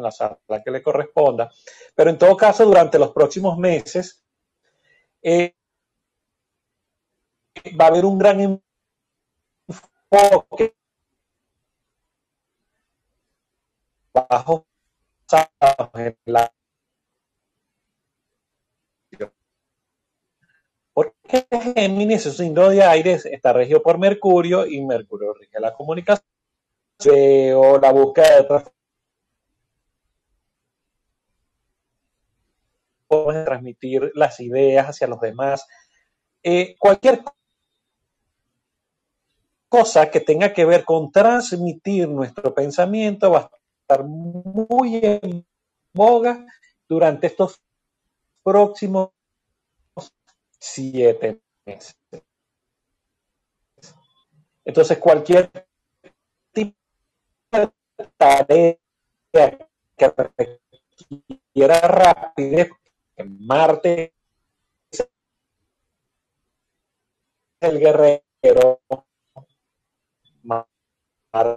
en la sala que le corresponda. Pero en todo caso, durante los próximos meses, eh, va a haber un gran enfoque bajo en la porque Géminis es un signo de aire, está regido por Mercurio y Mercurio rige la comunicación o la búsqueda de otras formas de transmitir las ideas hacia los demás. Cualquier cosa que tenga que ver con transmitir nuestro pensamiento va a estar muy en boga durante estos próximos 7 meses. Entonces, cualquier tipo de tarea que requiera rapidez, Marte es el guerrero, Marte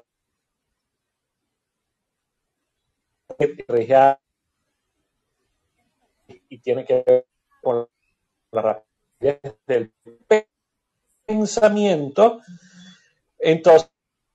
rige y tiene que ver con la rapidez del pensamiento. Entonces,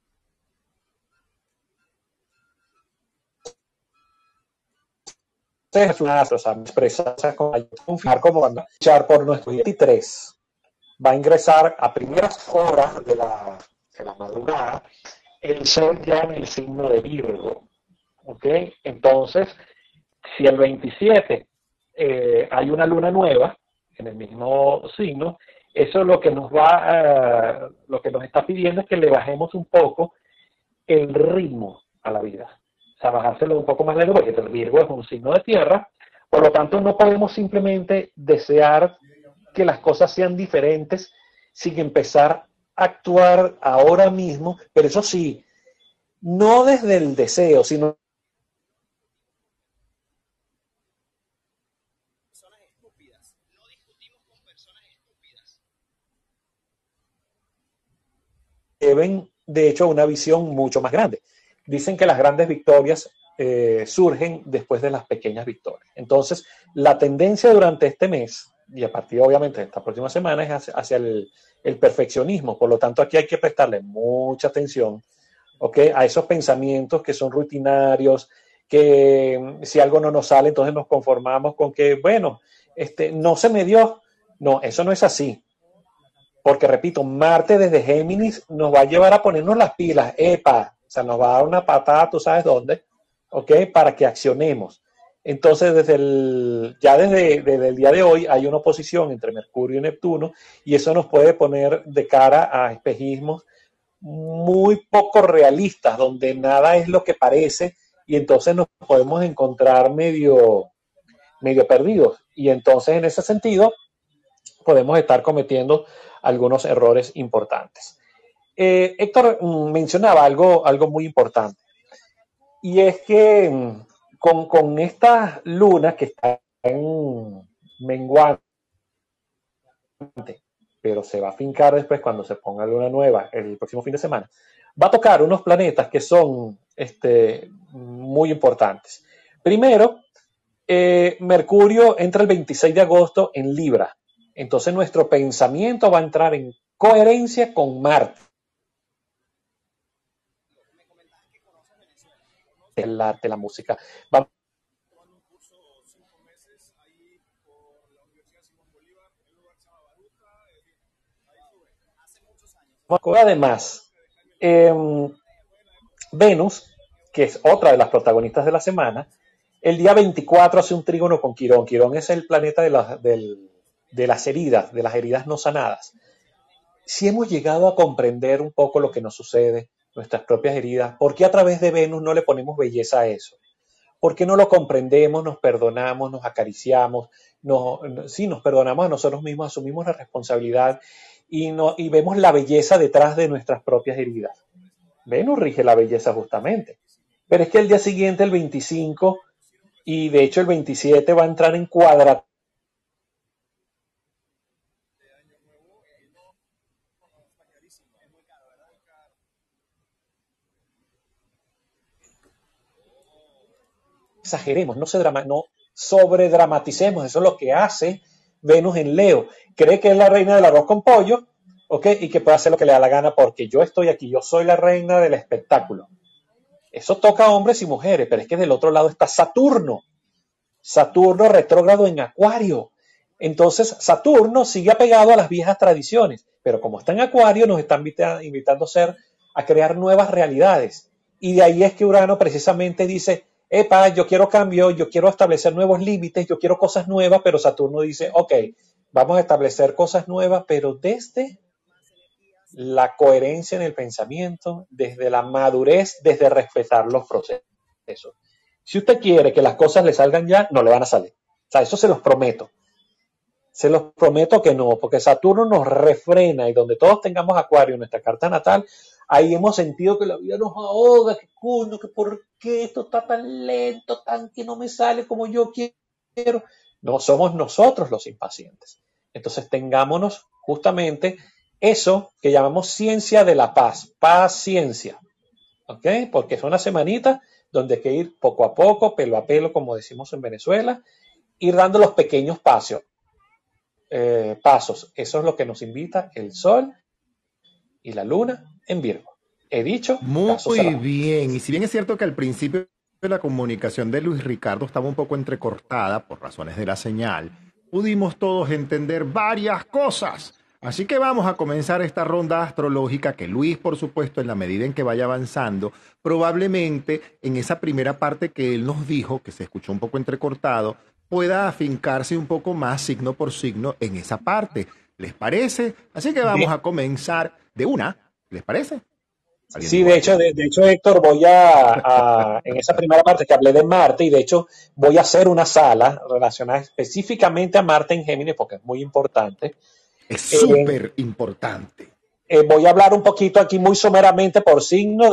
es una expresa con confirmar cómo van a luchar por nuestro 23. Va a ingresar a primeras horas de la madrugada el sol ya en el signo de Virgo. ¿Ok? Entonces, si el 27 hay una luna nueva en el mismo signo, eso lo que lo que nos está pidiendo es que le bajemos un poco el ritmo a la vida. O sea, bajárselo un poco más lento, porque el Virgo es un signo de tierra, por lo tanto no podemos simplemente desear que las cosas sean diferentes sin empezar a actuar ahora mismo, pero eso sí, no desde el deseo, sino deben, de hecho, una visión mucho más grande. Dicen que las grandes victorias surgen después de las pequeñas victorias. Entonces, la tendencia durante este mes, y a partir obviamente de esta próxima semana, es hacia el perfeccionismo. Por lo tanto, aquí hay que prestarle mucha atención, ¿okay?, a esos pensamientos que son rutinarios, que si algo no nos sale, entonces nos conformamos con que, bueno, no se me dio. No, eso no es así. Porque, repito, Marte desde Géminis nos va a llevar a ponernos las pilas, epa, o sea, nos va a dar una patada, tú sabes dónde, ¿ok? Para que accionemos. Entonces, desde el día de hoy hay una oposición entre Mercurio y Neptuno y eso nos puede poner de cara a espejismos muy poco realistas, donde nada es lo que parece y entonces nos podemos encontrar medio perdidos. Y entonces, en ese sentido, podemos estar cometiendo algunos errores importantes. Héctor mencionaba algo muy importante y es que con estas lunas que están menguantes, pero se va a fincar después cuando se ponga luna nueva el próximo fin de semana, va a tocar unos planetas que son muy importantes. Primero, Mercurio entra el 26 de agosto en Libra. Entonces nuestro pensamiento va a entrar en coherencia con Marte. El arte, la música. Vamos además, eh, Venus, que es otra de las protagonistas de la semana, el día 24 hace un trígono con Quirón. Quirón es el planeta de las heridas no sanadas. Si hemos llegado a comprender un poco lo que nos sucede, nuestras propias heridas, ¿por qué a través de Venus no le ponemos belleza a eso? ¿Por qué no lo comprendemos, nos perdonamos, nos acariciamos, sí, nos perdonamos a nosotros mismos, asumimos la responsabilidad y vemos la belleza detrás de nuestras propias heridas? Venus rige la belleza justamente. Pero es que el día siguiente, el 25, y de hecho el 27 va a entrar en cuadratura exageremos, no sobredramaticemos. Eso es lo que hace Venus en Leo. Cree que es la reina del arroz con pollo, ¿ok? Y que puede hacer lo que le da la gana porque yo estoy aquí, yo soy la reina del espectáculo. Eso toca a hombres y mujeres, pero es que del otro lado está Saturno. Saturno retrógrado en Acuario. Entonces, Saturno sigue apegado a las viejas tradiciones, pero como está en Acuario, nos está invitando a crear nuevas realidades. Y de ahí es que Urano precisamente dice, epa, yo quiero cambio, yo quiero establecer nuevos límites, yo quiero cosas nuevas, pero Saturno dice, ok, vamos a establecer cosas nuevas, pero desde la coherencia en el pensamiento, desde la madurez, desde respetar los procesos. Si usted quiere que las cosas le salgan ya, no le van a salir. O sea, eso se los prometo. Se los prometo que no, porque Saturno nos refrena y donde todos tengamos Acuario en nuestra carta natal, ahí hemos sentido que la vida nos ahoga, que coño, que por qué esto está tan lento, tan que no me sale como yo quiero. No, somos nosotros los impacientes. Entonces tengámonos justamente eso que llamamos ciencia de la paz, paciencia, ¿ok? Porque es una semanita donde hay que ir poco a poco, pelo a pelo, como decimos en Venezuela, ir dando los pequeños pasos. Eso es lo que nos invita el Sol y la Luna en Virgo. He dicho, caso Muy cerrado. bien. Y si bien es cierto que al principio la comunicación de Luis Ricardo estaba un poco entrecortada por razones de la señal, pudimos todos entender varias cosas. Así que vamos a comenzar esta ronda astrológica que Luis, por supuesto, en la medida en que vaya avanzando, probablemente en esa primera parte que él nos dijo, que se escuchó un poco entrecortado, pueda afincarse un poco más signo por signo en esa parte. ¿Les parece? Así que vamos De, a comenzar de una. ¿Les parece? ¿Alguien sí, dijo algo? de hecho, Héctor, en esa primera parte que hablé de Marte, y de hecho voy a hacer una sala relacionada específicamente a Marte en Géminis, porque es muy importante. Es Eh, súper importante. Voy a hablar un poquito aquí muy someramente por signo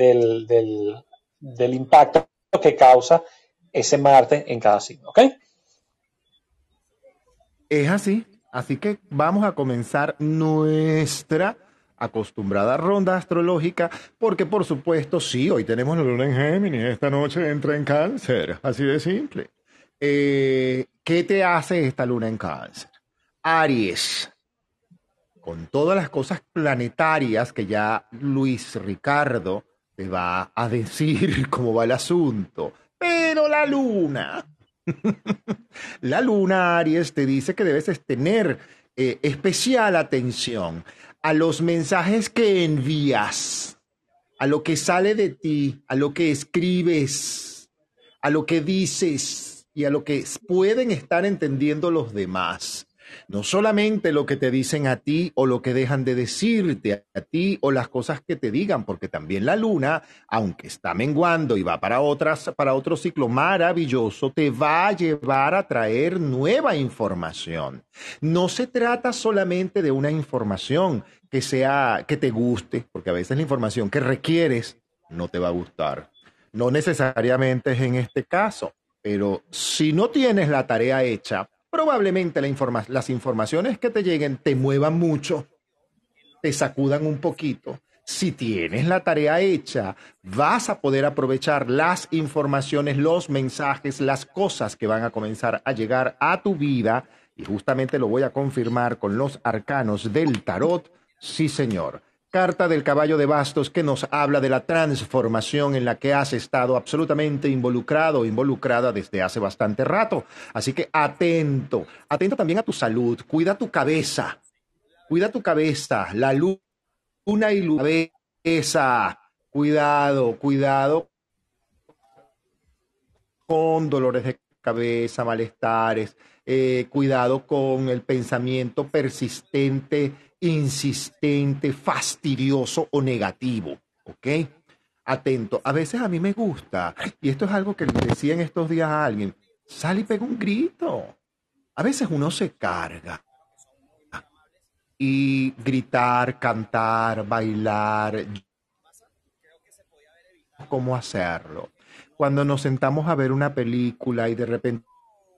del impacto que causa ese Marte en cada signo, ¿ok? Es así. Así que vamos a comenzar nuestra acostumbrada ronda astrológica, porque por supuesto, sí, hoy tenemos la luna en Géminis, esta noche entra en Cáncer, así de simple. ¿Qué te hace esta luna en Cáncer? Aries, con todas las cosas planetarias que ya Luis Ricardo te va a decir cómo va el asunto, pero la luna. La luna Aries te dice que debes tener especial atención a los mensajes que envías, a lo que sale de ti, a lo que escribes, a lo que dices y a lo que pueden estar entendiendo los demás. No solamente lo que te dicen a ti o lo que dejan de decirte a ti o las cosas que te digan, porque también la luna, aunque está menguando y va para otro ciclo maravilloso, te va a llevar a traer nueva información. No se trata solamente de una información que te guste, porque a veces la información que requieres no te va a gustar. No necesariamente es en este caso, pero si no tienes la tarea hecha, probablemente las informaciones que te lleguen te muevan mucho, te sacudan un poquito. Si tienes la tarea hecha, vas a poder aprovechar las informaciones, los mensajes, las cosas que van a comenzar a llegar a tu vida. Y justamente lo voy a confirmar con los arcanos del tarot. Sí, señor. Carta del caballo de bastos que nos habla de la transformación en la que has estado absolutamente involucrado o involucrada desde hace bastante rato. Así que atento, atento también a tu salud, cuida tu cabeza, la luna y la cabeza, cuidado, cuidado con dolores de cabeza, malestares, cuidado con el pensamiento persistente, insistente, fastidioso o negativo, ¿ok? Atento. A veces a mí me gusta, y esto es algo que le decía en estos días a alguien, sale y pega un grito. A veces uno se carga y gritar, cantar, bailar, cómo hacerlo. Cuando nos sentamos a ver una película y de repente.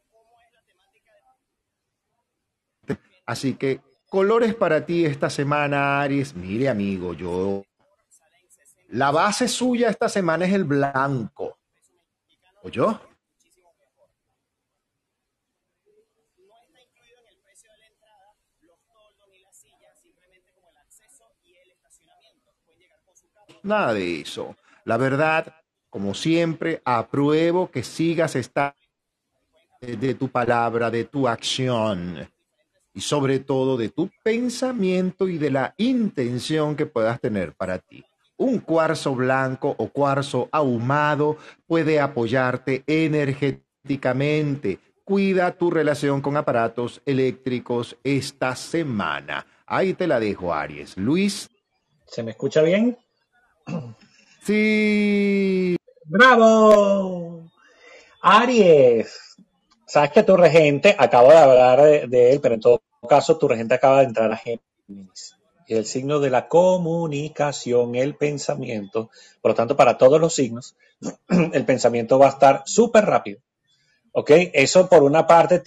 Así que, colores para ti esta semana, Aries. Mire, amigo, la base suya esta semana es el blanco. ¿Oyó? nada de eso. La verdad, como siempre, apruebo que sigas esta de tu palabra, de tu acción y sobre todo de tu pensamiento y de la intención que puedas tener para ti. Un cuarzo blanco o cuarzo ahumado puede apoyarte energéticamente. Cuida tu relación con aparatos eléctricos esta semana. Ahí te la dejo, Aries. Luis. ¿Se me escucha bien? Sí. ¡Bravo! Aries, sabes que tu regente, acabo de hablar de él, pero en todo caso tu regente acaba de entrar a Géminis. Y el signo de la comunicación, el pensamiento, por lo tanto para todos los signos, el pensamiento va a estar súper rápido. ¿Ok? Eso por una parte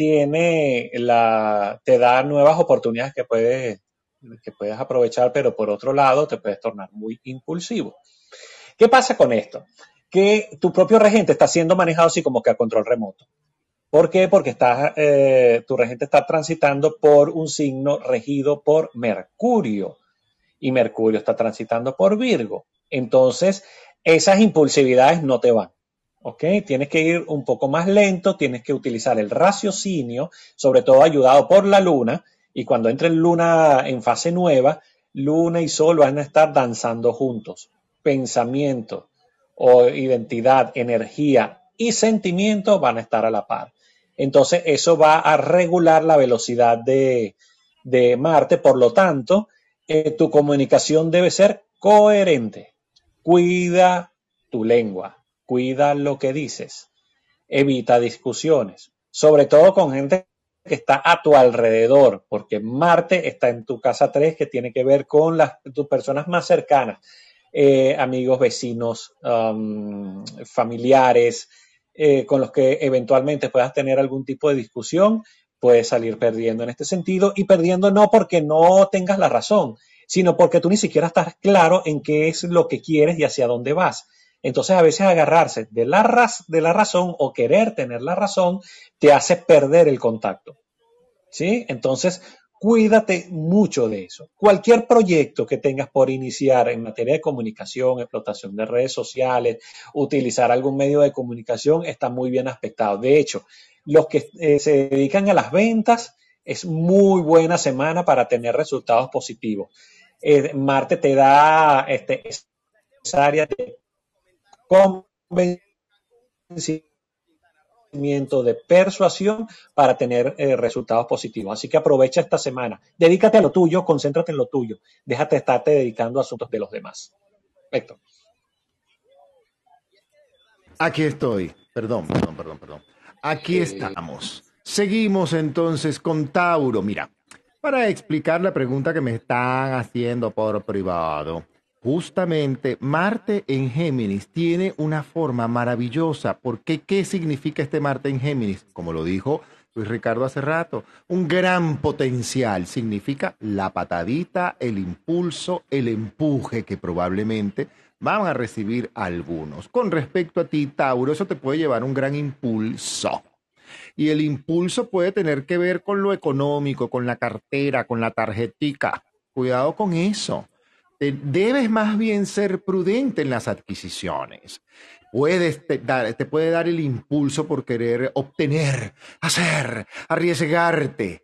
te da nuevas oportunidades que puedes aprovechar, pero por otro lado te puedes tornar muy impulsivo. ¿Qué pasa con esto? Que tu propio regente está siendo manejado así como que a control remoto. ¿Por qué? Porque tu regente está transitando por un signo regido por Mercurio y Mercurio está transitando por Virgo. Entonces, esas impulsividades no te van. ¿Ok? Tienes que ir un poco más lento, tienes que utilizar el raciocinio, sobre todo ayudado por la luna, y cuando entre luna en fase nueva, luna y sol van a estar danzando juntos. Pensamiento o identidad, energía y sentimiento van a estar a la par. Entonces, eso va a regular la velocidad de Marte, por lo tanto, tu comunicación debe ser coherente. Cuida tu lengua, cuida lo que dices, evita discusiones, sobre todo con gente que está a tu alrededor, porque Marte está en tu casa 3, que tiene que ver con tus personas más cercanas, amigos, vecinos, familiares, con los que eventualmente puedas tener algún tipo de discusión. Puedes salir perdiendo en este sentido, y perdiendo no porque no tengas la razón, sino porque tú ni siquiera estás claro en qué es lo que quieres y hacia dónde vas. Entonces, a veces agarrarse de la razón o querer tener la razón te hace perder el contacto. ¿Sí? Entonces, cuídate mucho de eso. Cualquier proyecto que tengas por iniciar en materia de comunicación, explotación de redes sociales, utilizar algún medio de comunicación, está muy bien aspectado. De hecho, los que se dedican a las ventas, es muy buena semana para tener resultados positivos. Marte te da esa área de convencimiento, de persuasión para tener resultados positivos. Así que aprovecha esta semana. Dedícate a lo tuyo, concéntrate en lo tuyo. Déjate estarte dedicando a asuntos de los demás. Héctor. Aquí estoy. Perdón. Aquí estamos. Seguimos entonces con Tauro. Mira, para explicar la pregunta que me están haciendo por privado, justamente Marte en Géminis tiene una forma maravillosa. ¿Por qué? ¿Qué significa este Marte en Géminis? Como lo dijo Luis Ricardo hace rato, un gran potencial. Significa la patadita, el impulso, el empuje que probablemente van a recibir algunos. Con respecto a ti, Tauro, eso te puede llevar un gran impulso. Y el impulso puede tener que ver con lo económico, con la cartera, con la tarjetica. Cuidado con eso. Debes más bien ser prudente en las adquisiciones. Te puede dar el impulso por querer obtener, hacer, arriesgarte.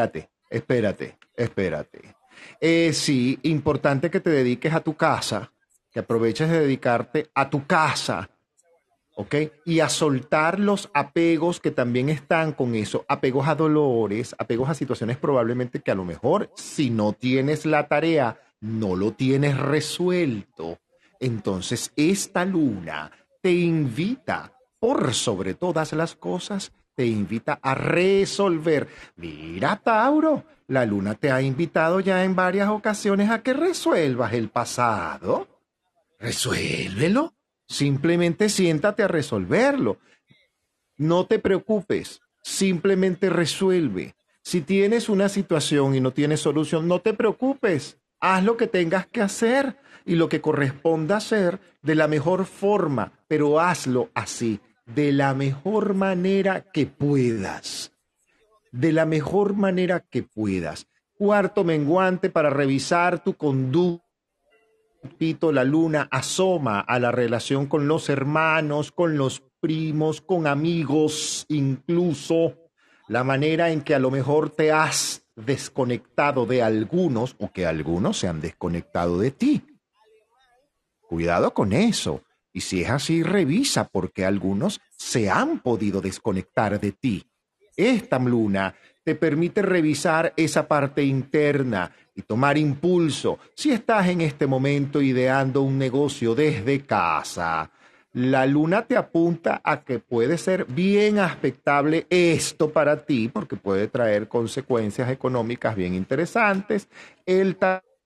Espérate. Sí, importante que te dediques a tu casa, que aproveches de dedicarte a tu casa, ¿ok? Y a soltar los apegos que también están con eso, apegos a dolores, apegos a situaciones probablemente que a lo mejor si no tienes la tarea, no lo tienes resuelto. Entonces esta luna te invita, por sobre todas las cosas, te invita a resolver. Mira, Tauro, la luna te ha invitado ya en varias ocasiones a que resuelvas el pasado. Resuélvelo. Simplemente siéntate a resolverlo. No te preocupes, simplemente resuelve. Si tienes una situación y no tienes solución, no te preocupes. Haz lo que tengas que hacer y lo que corresponda hacer de la mejor forma, pero hazlo así, de la mejor manera que puedas. De la mejor manera que puedas. Cuarto menguante para revisar tu conducta poquito la luna asoma a la relación con los hermanos, con los primos, con amigos, incluso la manera en que a lo mejor te has desconectado de algunos o que algunos se han desconectado de ti. Cuidado con eso. Y si es así, revisa por qué algunos se han podido desconectar de ti. Esta luna te permite revisar esa parte interna y tomar impulso si estás en este momento ideando un negocio desde casa. La luna te apunta a que puede ser bien aspectable esto para ti porque puede traer consecuencias económicas bien interesantes. El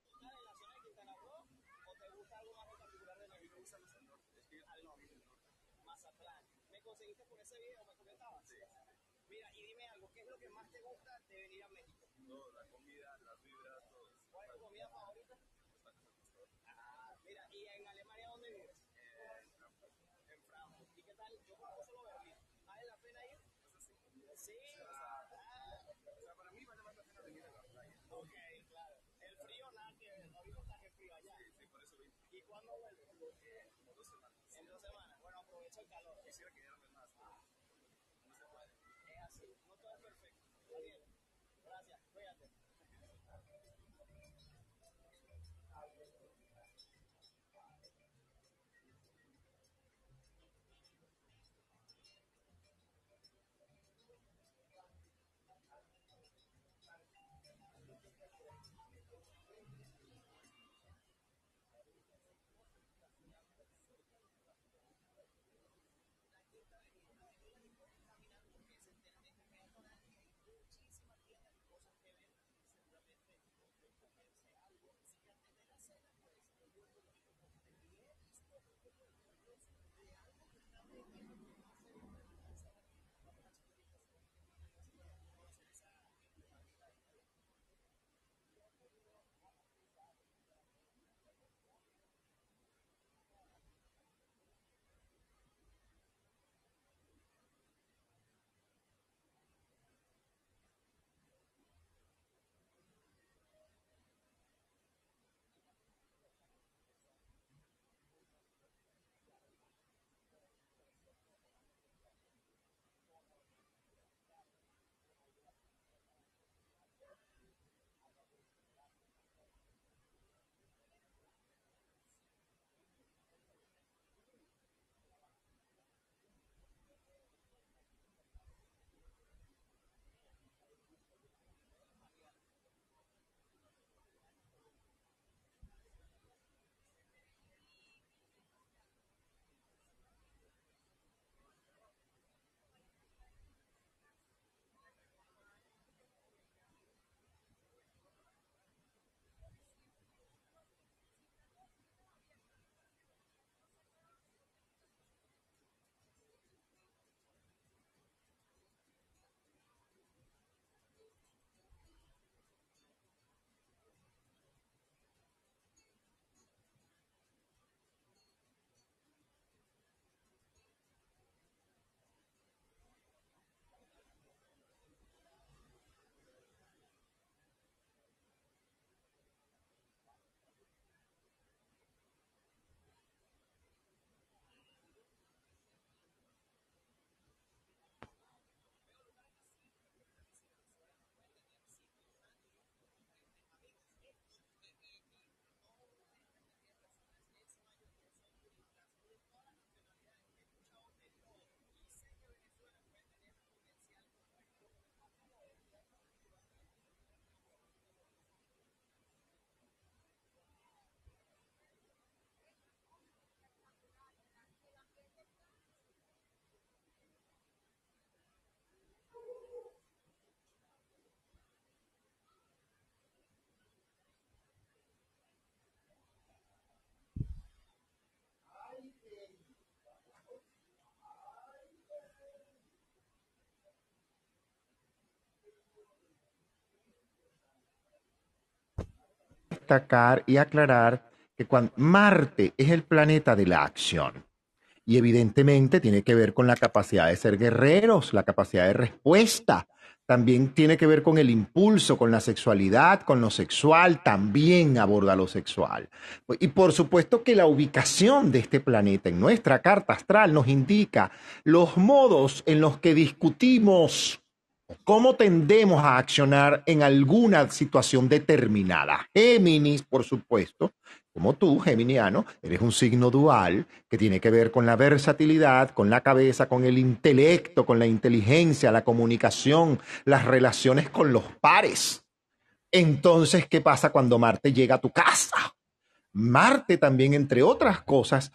destacar y aclarar que cuando Marte es el planeta de la acción y evidentemente tiene que ver con la capacidad de ser guerreros, la capacidad de respuesta, también tiene que ver con el impulso, con la sexualidad, con lo sexual, también aborda lo sexual. Y por supuesto que la ubicación de este planeta en nuestra carta astral nos indica los modos en los que discutimos cómo tendemos a accionar en alguna situación determinada. Géminis, por supuesto, como tú, geminiano, eres un signo dual que tiene que ver con la versatilidad, con la cabeza, con el intelecto, con la inteligencia, la comunicación, las relaciones con los pares. Entonces, ¿qué pasa cuando Marte llega a tu casa? Marte también, entre otras cosas,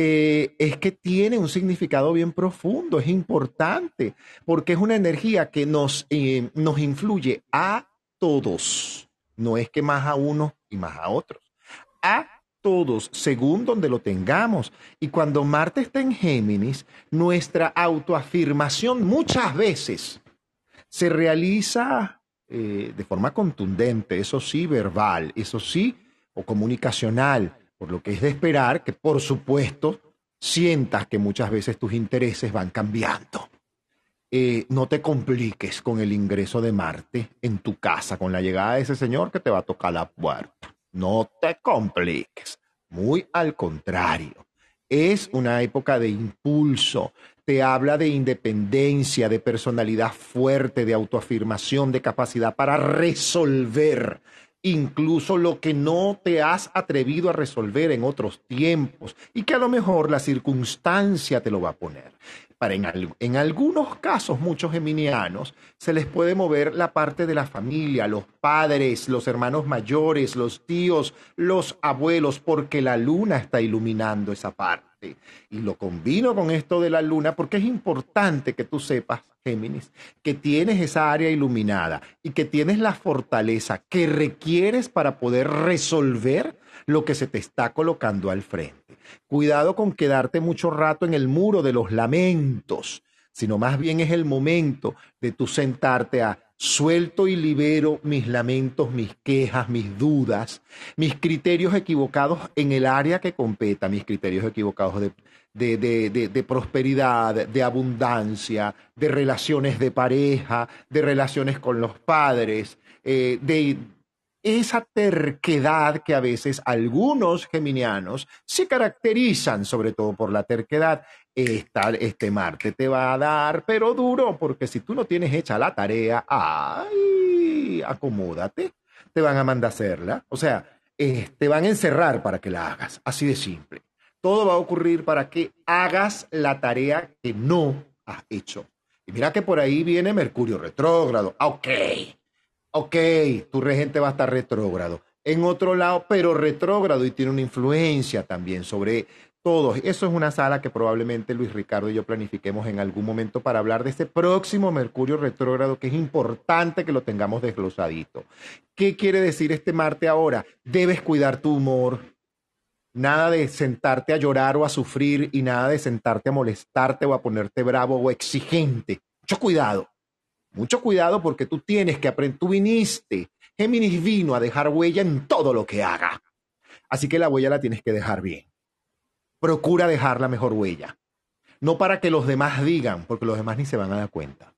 es que tiene un significado bien profundo, es importante, porque es una energía que nos influye a todos. No es que más a unos y más a otros. A todos, según donde lo tengamos. Y cuando Marte está en Géminis, nuestra autoafirmación muchas veces se realiza de forma contundente, eso sí, verbal, eso sí, o comunicacional, por lo que es de esperar que, por supuesto, sientas que muchas veces tus intereses van cambiando. No te compliques con el ingreso de Marte en tu casa, con la llegada de ese señor que te va a tocar la puerta. No te compliques. Muy al contrario. Es una época de impulso. Te habla de independencia, de personalidad fuerte, de autoafirmación, de capacidad para resolver incluso lo que no te has atrevido a resolver en otros tiempos y que a lo mejor la circunstancia te lo va a poner. En algunos casos, muchos geminianos, se les puede mover la parte de la familia, los padres, los hermanos mayores, los tíos, los abuelos, porque la luna está iluminando esa parte. Y lo combino con esto de la luna porque es importante que tú sepas, Géminis, que tienes esa área iluminada y que tienes la fortaleza que requieres para poder resolver lo que se te está colocando al frente. Cuidado con quedarte mucho rato en el muro de los lamentos, sino más bien es el momento de tú sentarte a suelto y libero mis lamentos, mis quejas, mis dudas, mis criterios equivocados en el área que competa, mis criterios equivocados de prosperidad, de abundancia, de relaciones de pareja, de relaciones con los padres, de esa terquedad que a veces algunos geminianos se caracterizan, sobre todo por la terquedad. Este Marte te va a dar, pero duro, porque si tú no tienes hecha la tarea, ¡ay! Acomódate, te van a mandar a hacerla. O sea, te van a encerrar para que la hagas, así de simple. Todo va a ocurrir para que hagas la tarea que no has hecho. Y mira que por ahí viene Mercurio retrógrado. Ok, tu regente va a estar retrógrado. En otro lado, pero retrógrado y tiene una influencia también sobre todos. Eso es una sala que probablemente Luis Ricardo y yo planifiquemos en algún momento para hablar de este próximo Mercurio retrógrado, que es importante que lo tengamos desglosadito. ¿Qué quiere decir este Marte ahora? Debes cuidar tu humor. Nada de sentarte a llorar o a sufrir y nada de sentarte a molestarte o a ponerte bravo o exigente. Mucho cuidado. Mucho cuidado porque tú tienes que aprender, tú viniste, Géminis vino a dejar huella en todo lo que haga. Así que la huella la tienes que dejar bien. Procura dejar la mejor huella. No para que los demás digan, porque los demás ni se van a dar cuenta.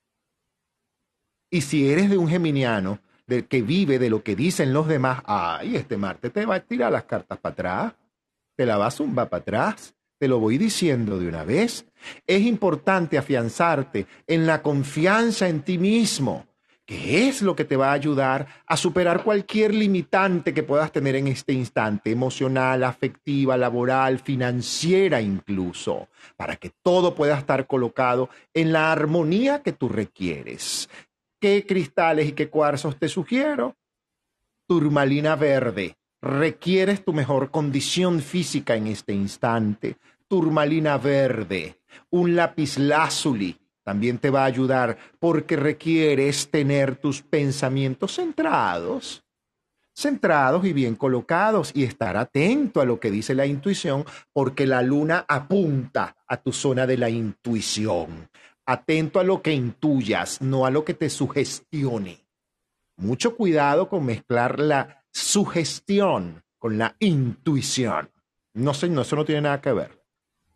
Y si eres de un geminiano que vive de lo que dicen los demás, ay, este Marte te va a tirar las cartas para atrás, te la va a zumbar para atrás. Te lo voy diciendo de una vez. Es importante afianzarte en la confianza en ti mismo, que es lo que te va a ayudar a superar cualquier limitante que puedas tener en este instante, emocional, afectiva, laboral, financiera incluso, para que todo pueda estar colocado en la armonía que tú requieres. ¿Qué cristales y qué cuarzos te sugiero? Turmalina verde. Requieres tu mejor condición física en este instante. Turmalina verde, un lapislázuli también te va a ayudar porque requieres tener tus pensamientos centrados y bien colocados y estar atento a lo que dice la intuición porque la luna apunta a tu zona de la intuición. Atento a lo que intuyas, no a lo que te sugestione. Mucho cuidado con mezclar la sugestión con la intuición. No sé, no, eso no tiene nada que ver.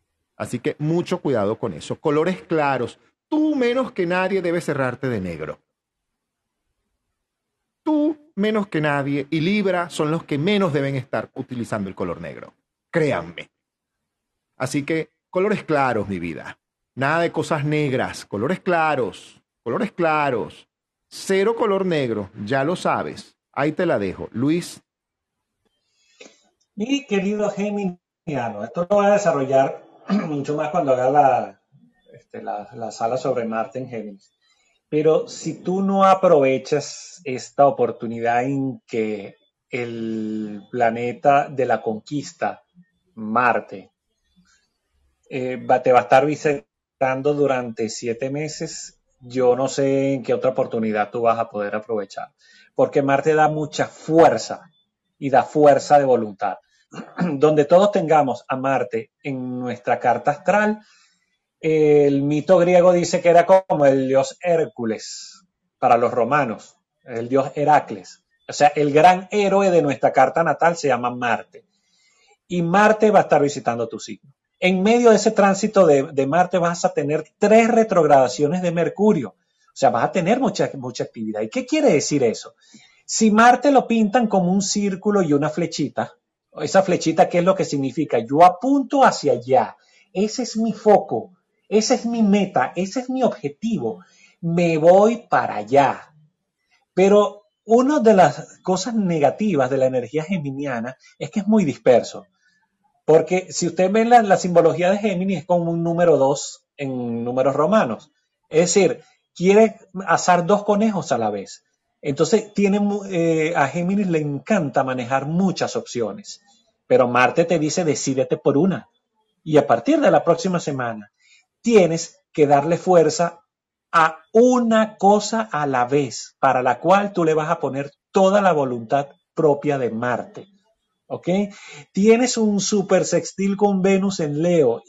Así que mucho cuidado con eso. Colores claros. Tú menos que nadie debes cerrarte de negro. Tú menos que nadie y Libra son los que menos deben estar utilizando el color negro. Créanme. Así que colores claros, mi vida. Nada de cosas negras. Colores claros. Colores claros. Cero color negro. Ya lo sabes. Ahí te la dejo. Luis. Mi querido Geminiano, esto lo voy a desarrollar mucho más cuando haga la sala sobre Marte en Géminis. Pero si tú no aprovechas esta oportunidad en que el planeta de la conquista, Marte, te va a estar visitando durante 7 meses, yo no sé en qué otra oportunidad tú vas a poder aprovechar. Porque Marte da mucha fuerza y da fuerza de voluntad. Donde todos tengamos a Marte en nuestra carta astral, el mito griego dice que era como el dios Hércules para los romanos, el dios Heracles. O sea, el gran héroe de nuestra carta natal se llama Marte. Y Marte va a estar visitando tu signo. En medio de ese tránsito de Marte vas a tener 3 retrogradaciones de Mercurio. O sea, vas a tener mucha actividad. ¿Y qué quiere decir eso? Si Marte lo pintan como un círculo y una flechita, esa flechita, ¿qué es lo que significa? Yo apunto hacia allá. Ese es mi foco. Esa es mi meta. Ese es mi objetivo. Me voy para allá. Pero una de las cosas negativas de la energía geminiana es que es muy disperso. Porque si usted ve la simbología de Géminis es como un número 2 en números romanos. Es decir, quiere asar 2 conejos a la vez. Entonces a Géminis le encanta manejar muchas opciones. Pero Marte te dice decídete por una. Y a partir de la próxima semana tienes que darle fuerza a una cosa a la vez, para la cual tú le vas a poner toda la voluntad propia de Marte. ¿Ok? Tienes un super sextil con Venus en Leo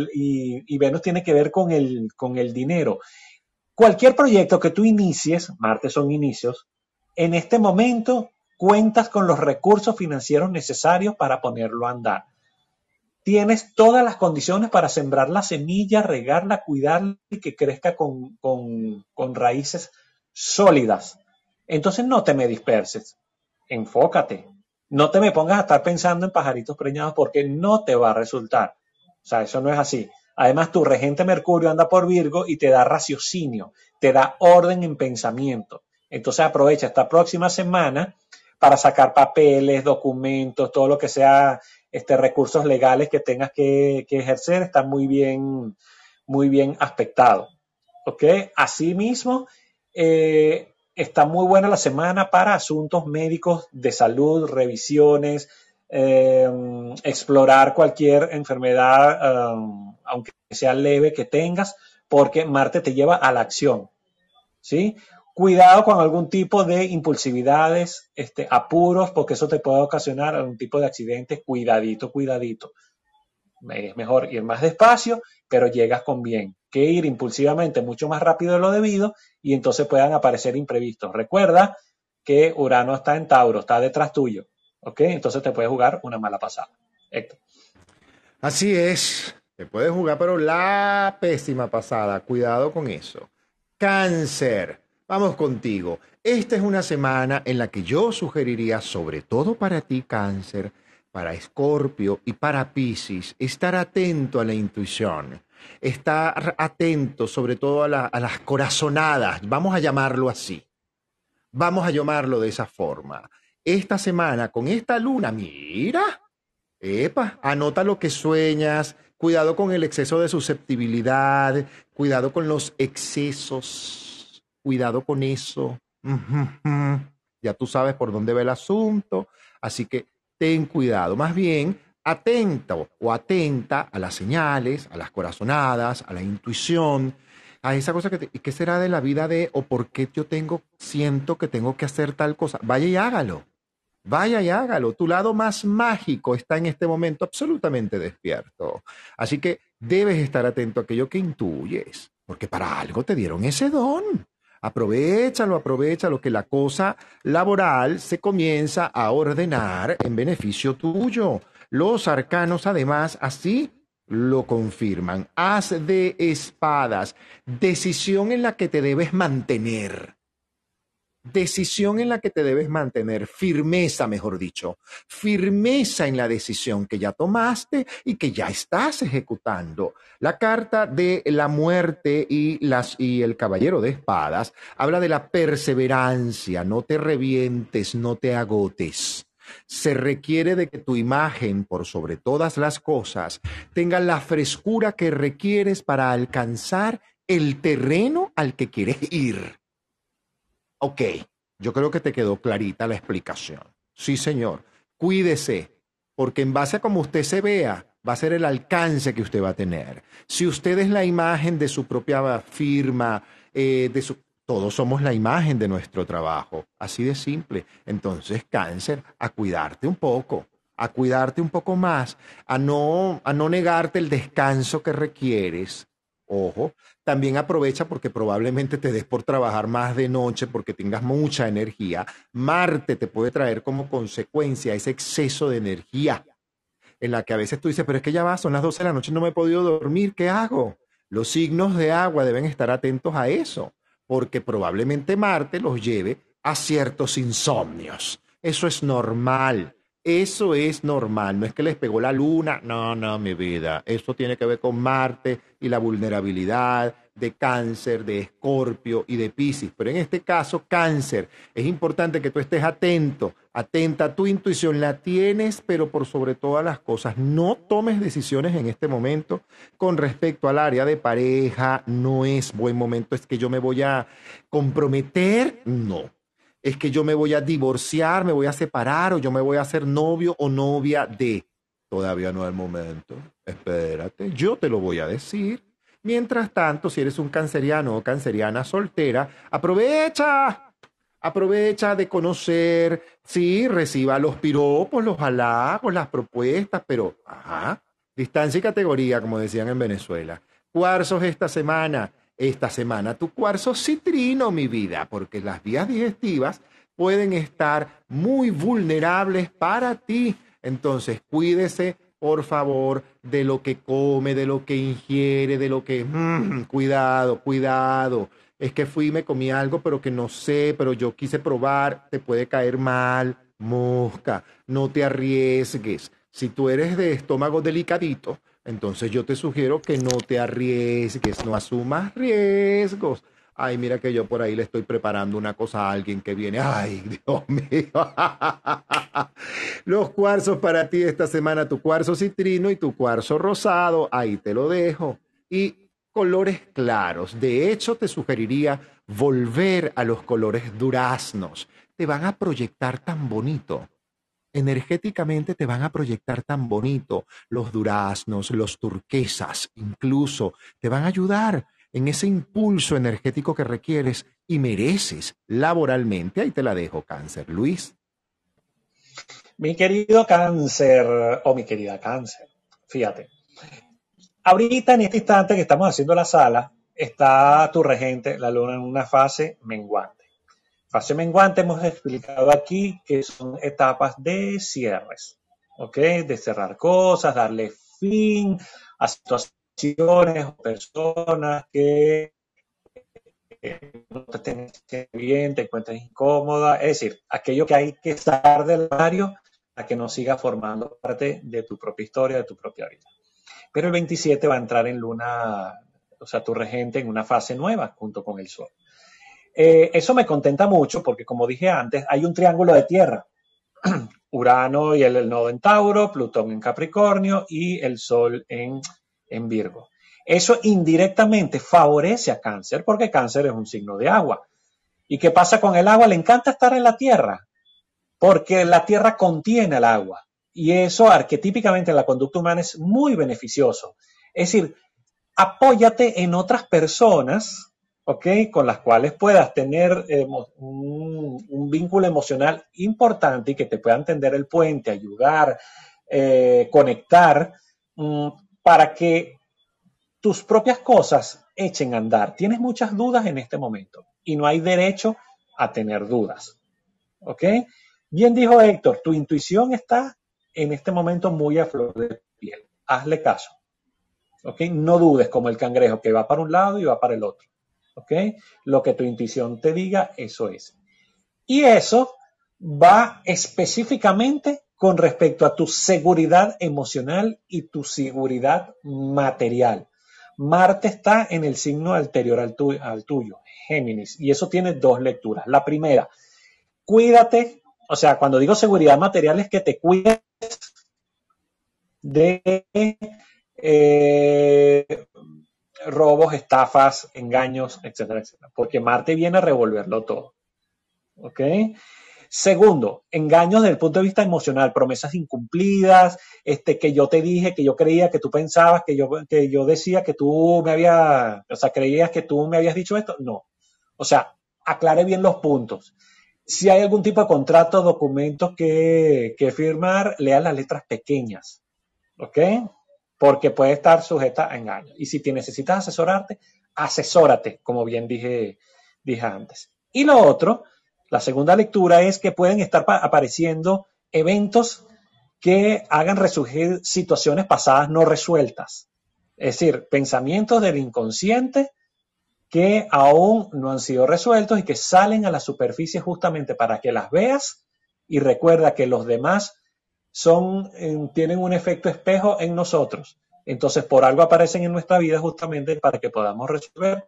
y Venus tiene que ver con el dinero. Cualquier proyecto que tú inicies, Marte son inicios, en este momento cuentas con los recursos financieros necesarios para ponerlo a andar. Tienes todas las condiciones para sembrar la semilla, regarla, cuidarla y que crezca con raíces sólidas. Entonces no te me disperses, enfócate. No te me pongas a estar pensando en pajaritos preñados porque no te va a resultar. O sea, eso no es así. Además, tu regente Mercurio anda por Virgo y te da raciocinio, te da orden en pensamiento. Entonces aprovecha esta próxima semana para sacar papeles, documentos, todo lo que sea recursos legales que tengas que ejercer, está muy bien aspectado. ¿Ok? Asimismo, está muy buena la semana para asuntos médicos de salud, revisiones, explorar cualquier enfermedad, aunque sea leve que tengas, porque Marte te lleva a la acción. ¿Sí? Cuidado con algún tipo de impulsividades, apuros, porque eso te puede ocasionar algún tipo de accidentes. Cuidadito, cuidadito. Es mejor ir más despacio, pero llegas con bien, que ir impulsivamente mucho más rápido de lo debido y entonces puedan aparecer imprevistos. Recuerda que Urano está en Tauro, está detrás tuyo, ¿ok? Entonces te puede jugar una mala pasada. Héctor. Así es. Te puedes jugar, pero la pésima pasada. Cuidado con eso. Cáncer. Vamos contigo. Esta es una semana en la que yo sugeriría, sobre todo para ti, Cáncer, para Escorpio y para Piscis, estar atento a la intuición. Estar atento sobre todo a las corazonadas. Vamos a llamarlo así. Vamos a llamarlo de esa forma. Esta semana, con esta luna, mira. Epa, anota lo que sueñas, cuidado con el exceso de susceptibilidad, cuidado con los excesos, cuidado con eso. Ya tú sabes por dónde va el asunto, así que ten cuidado. Más bien, atento o atenta a las señales, a las corazonadas, a la intuición, a esa cosa ¿qué será de la vida de o por qué siento que tengo que hacer tal cosa? Vaya y hágalo. Vaya y hágalo. Tu lado más mágico está en este momento absolutamente despierto. Así que debes estar atento a aquello que intuyes, porque para algo te dieron ese don. Aprovéchalo, aprovéchalo, que la cosa laboral se comienza a ordenar en beneficio tuyo. Los arcanos, además, así lo confirman. As de espadas, decisión en la que te debes mantener. decisión en la que te debes mantener, firmeza, mejor dicho, firmeza en la decisión que ya tomaste y que ya estás ejecutando. La carta de la muerte y el caballero de espadas habla de la perseverancia, no te revientes, no te agotes. Se requiere de que tu imagen, por sobre todas las cosas, tenga la frescura que requieres para alcanzar el terreno al que quieres ir. Ok, yo creo que te quedó clarita la explicación. Sí, señor. Cuídese, porque en base a cómo usted se vea, va a ser el alcance que usted va a tener. Si usted es la imagen de su propia firma, todos somos la imagen de nuestro trabajo. Así de simple. Entonces, cáncer, a cuidarte un poco más, a no negarte el descanso que requieres. Ojo, también aprovecha porque probablemente te des por trabajar más de noche porque tengas mucha energía. Marte te puede traer como consecuencia ese exceso de energía en la que a veces tú dices, pero es que ya va, son las 12 de la noche, no me he podido dormir, ¿qué hago? Los signos de agua deben estar atentos a eso, porque probablemente Marte los lleve a ciertos insomnios. Eso es normal. Eso es normal, no es que les pegó la luna, no, no, mi vida, eso tiene que ver con Marte y la vulnerabilidad de Cáncer, de Escorpio y de Piscis, pero en este caso Cáncer, es importante que tú estés atento, atenta, tu intuición la tienes, pero por sobre todas las cosas, no tomes decisiones en este momento con respecto al área de pareja, no es buen momento, es que yo me voy a comprometer, no es que yo me voy a divorciar, me voy a separar o yo me voy a hacer novio o novia de. Todavía no es el momento. Espérate, yo te lo voy a decir. Mientras tanto, si eres un canceriano o canceriana soltera, aprovecha. Aprovecha de conocer, sí, reciba los piropos, los halagos, las propuestas, pero, ajá, distancia y categoría, como decían en Venezuela. Cuarzos esta semana tu cuarzo citrino, mi vida, porque las vías digestivas pueden estar muy vulnerables para ti. Entonces, cuídese, por favor, de lo que come, de lo que ingiere, de lo que... cuidado, cuidado. Es que fui y me comí algo, pero que no sé, pero yo quise probar, te puede caer mal. Mosca, no te arriesgues. Si tú eres de estómago delicadito, entonces yo te sugiero que no te arriesgues, no asumas riesgos. Ay, mira que yo por ahí le estoy preparando una cosa a alguien que viene. Ay, Dios mío. Los cuarzos para ti esta semana, tu cuarzo citrino y tu cuarzo rosado. Ahí te lo dejo. Y colores claros. De hecho, te sugeriría volver a los colores duraznos. Te van a proyectar tan bonito. Energéticamente te van a proyectar tan bonito los duraznos, los turquesas, incluso te van a ayudar en ese impulso energético que requieres y mereces laboralmente. Ahí te la dejo, Cáncer. Luis. Mi querido Cáncer, o mi querida Cáncer, fíjate, ahorita en este instante que estamos haciendo la sala, está tu regente, la luna, en una fase menguante. Fase menguante hemos explicado aquí que son etapas de cierres, ¿ok? De cerrar cosas, darle fin a situaciones o personas que no te estén bien, te encuentres incómoda, es decir, aquello que hay que sacar del armario para que no siga formando parte de tu propia historia, de tu propia vida. Pero el 27 va a entrar en luna, o sea, tu regente en una fase nueva junto con el sol. Eso me contenta mucho porque, como dije antes, hay un triángulo de tierra. Urano y el nodo en Tauro, Plutón en Capricornio y el Sol en Virgo. Eso indirectamente favorece a Cáncer porque Cáncer es un signo de agua. ¿Y qué pasa con el agua? Le encanta estar en la Tierra porque la Tierra contiene el agua. Y eso arquetípicamente en la conducta humana es muy beneficioso. Es decir, apóyate en otras personas, ¿ok? Con las cuales puedas tener un vínculo emocional importante y que te puedan tender el puente, ayudar, conectar, para que tus propias cosas echen a andar. Tienes muchas dudas en este momento y no hay derecho a tener dudas, ¿ok? Bien dijo Héctor, tu intuición está en este momento muy a flor de piel. Hazle caso. ¿Okay? No dudes como el cangrejo que va para un lado y va para el otro. ¿Okay? Lo que tu intuición te diga, eso es. Y eso va específicamente con respecto a tu seguridad emocional y tu seguridad material. Marte está en el signo anterior al tuyo, Géminis, y eso tiene dos lecturas. La primera, cuídate, o sea, cuando digo seguridad material es que te cuides de eh, robos, estafas, engaños, etcétera, etcétera, porque Marte viene a revolverlo todo. ¿Ok? Segundo, engaños desde el punto de vista emocional, promesas incumplidas, que yo te dije, que yo creía, que tú pensabas, que yo decía que tú me habías, o sea, creías que tú me habías dicho esto. No. O sea, aclare bien los puntos. Si hay algún tipo de contrato, documentos que firmar, lea las letras pequeñas. ¿Ok? Porque puede estar sujeta a engaño. Y si te necesitas asesorarte, asesórate, como bien dije antes. Y lo otro, la segunda lectura es que pueden estar apareciendo eventos que hagan resurgir situaciones pasadas no resueltas. Es decir, pensamientos del inconsciente que aún no han sido resueltos y que salen a la superficie justamente para que las veas y recuerda que los demás tienen un efecto espejo en nosotros. Entonces, por algo aparecen en nuestra vida justamente para que podamos resolver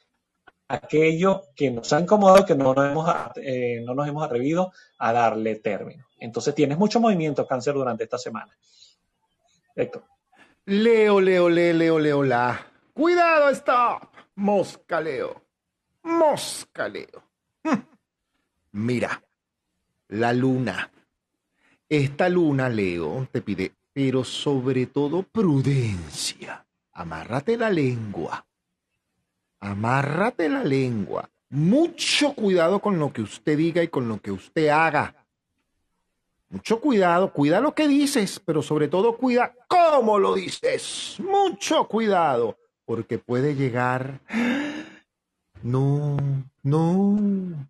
aquello que nos ha incomodado y que no nos hemos atrevido a darle término. Entonces, tienes mucho movimiento, Cáncer, durante esta semana. Héctor. Leo, Leo, Leo, Leo, Leo, la. Cuidado, stop. Mosca, Leo. Mosca, Leo. Mira, la luna. Esta luna, Leo, te pide, pero sobre todo prudencia. Amárrate la lengua. Amárrate la lengua. Mucho cuidado con lo que usted diga y con lo que usted haga. Mucho cuidado, cuida lo que dices, pero sobre todo cuida cómo lo dices. Mucho cuidado, porque puede llegar... No, no,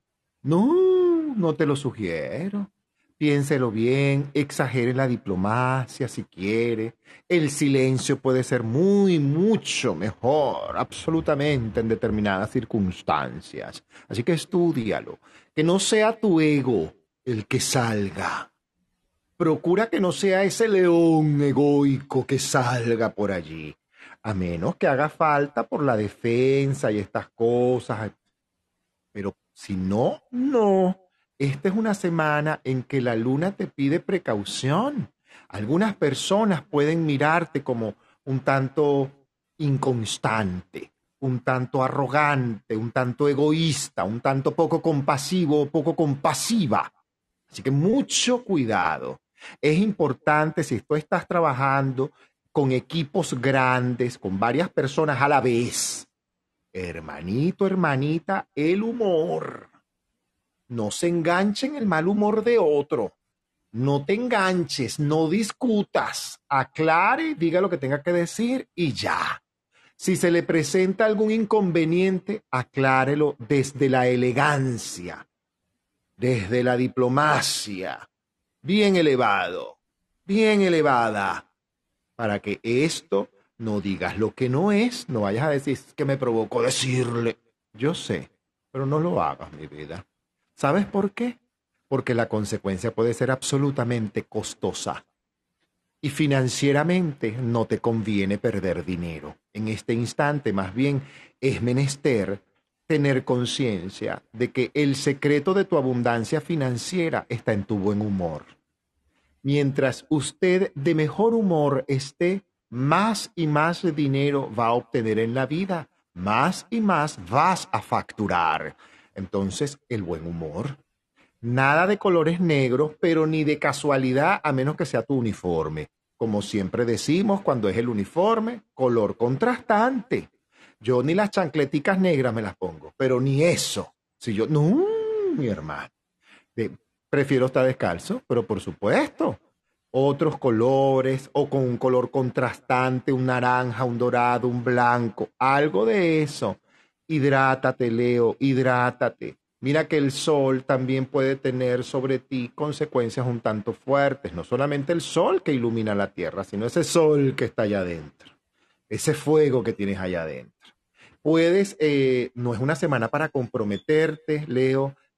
no te lo sugiero. Piénselo bien, exagere la diplomacia si quiere. El silencio puede ser mucho mejor, absolutamente en determinadas circunstancias. Así que estúdialo, que no sea tu ego el que salga. Procura que no sea ese león egoico que salga por allí, a menos que haga falta por la defensa y estas cosas. Pero si no, no. Esta es una semana en que la luna te pide precaución. Algunas personas pueden mirarte como un tanto inconstante, un tanto arrogante, un tanto egoísta, un tanto poco compasivo o poco compasiva. Así que mucho cuidado. Es importante si tú estás trabajando con equipos grandes, con varias personas a la vez. Hermanito, hermanita, el humor. No se enganche en el mal humor de otro. No te enganches, no discutas. Aclare, diga lo que tenga que decir y ya. Si se le presenta algún inconveniente, aclárelo desde la elegancia, desde la diplomacia, bien elevado, bien elevada, para que esto no digas lo que no es, no vayas a decir que me provocó decirle. Yo sé, pero no lo hagas, mi vida. ¿Sabes por qué? Porque la consecuencia puede ser absolutamente costosa. Y financieramente no te conviene perder dinero. En este instante, más bien, es menester tener conciencia de que el secreto de tu abundancia financiera está en tu buen humor. Mientras usted de mejor humor esté, más y más dinero va a obtener en la vida, más y más vas a facturar. Entonces, el buen humor. Nada de colores negros, pero ni de casualidad, a menos que sea tu uniforme. Como siempre decimos, cuando es el uniforme, color contrastante. Yo ni las chancleticas negras me las pongo, pero ni eso. Si yo, no, mi hermano. Prefiero estar descalzo, pero por supuesto, otros colores o con un color contrastante, un naranja, un dorado, un blanco, algo de eso. Hidrátate, Leo, hidrátate. Mira que el sol también puede tener sobre ti consecuencias un tanto fuertes. No solamente el sol que ilumina la tierra, sino ese sol que está allá adentro. Ese fuego que tienes allá adentro. No es una semana para comprometerte, Leo,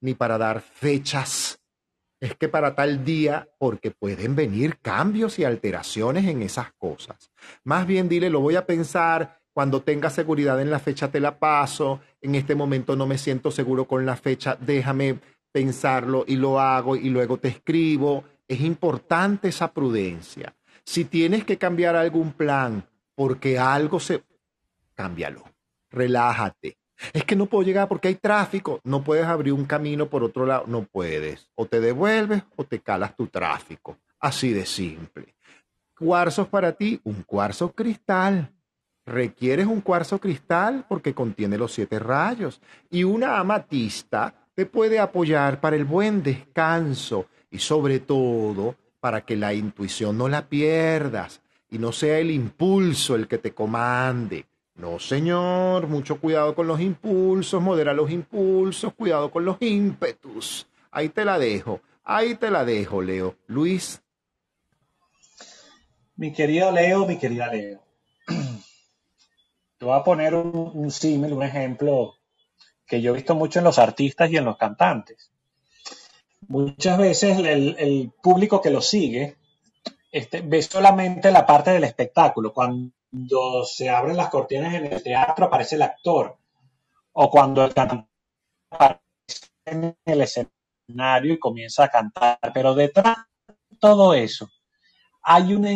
ni para dar fechas. Es que para tal día, porque pueden venir cambios y alteraciones en esas cosas. Más bien dile, lo voy a pensar, cuando tenga seguridad en la fecha te la paso, en este momento no me siento seguro con la fecha, déjame pensarlo y lo hago y luego te escribo. Es importante esa prudencia. Si tienes que cambiar algún plan porque algo se... cámbialo, relájate. Es que no puedo llegar porque hay tráfico. No puedes abrir un camino por otro lado. No puedes. O te devuelves o te calas tu tráfico. Así de simple. Cuarzos para ti, un cuarzo cristal. Requieres un cuarzo cristal porque contiene los 7 rayos. Y una amatista te puede apoyar para el buen descanso y sobre todo para que la intuición no la pierdas y no sea el impulso el que te comande. No, señor, mucho cuidado con los impulsos, modera los impulsos, cuidado con los ímpetus. Ahí te la dejo, Leo. Luis. Mi querido Leo, mi querida Leo, te voy a poner un símil, un ejemplo que yo he visto mucho en los artistas y en los cantantes. Muchas veces el público que lo sigue ve solamente la parte del espectáculo. Cuando se abren las cortinas en el teatro aparece el actor, o cuando el cantante aparece en el escenario y comienza a cantar. Pero detrás de todo eso hay una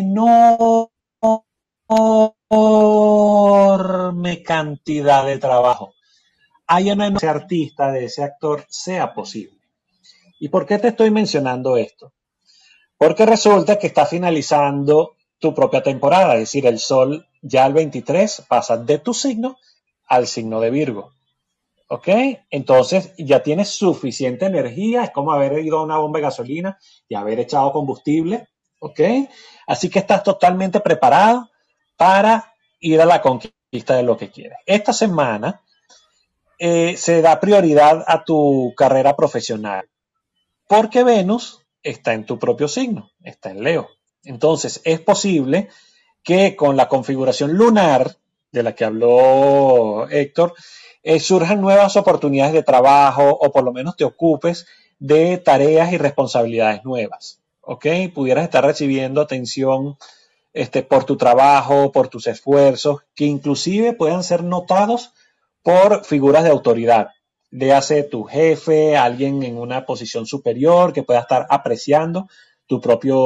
enorme cantidad de trabajo. Hay una enorme artista de ese actor sea posible. ¿Y por qué te estoy mencionando esto? Porque resulta que está finalizando tu propia temporada, es decir, el Sol ya el 23 pasa de tu signo al signo de Virgo. ¿Ok? Entonces ya tienes suficiente energía, es como haber ido a una bomba de gasolina y haber echado combustible. ¿Ok? Así que estás totalmente preparado para ir a la conquista de lo que quieres. Esta semana se da prioridad a tu carrera profesional porque Venus está en tu propio signo, está en Leo. Entonces es posible que con la configuración lunar de la que habló Héctor, surjan nuevas oportunidades de trabajo o por lo menos te ocupes de tareas y responsabilidades nuevas. ¿Ok? Pudieras estar recibiendo atención por tu trabajo, por tus esfuerzos, que inclusive puedan ser notados por figuras de autoridad. Léase tu jefe, alguien en una posición superior que pueda estar apreciando tu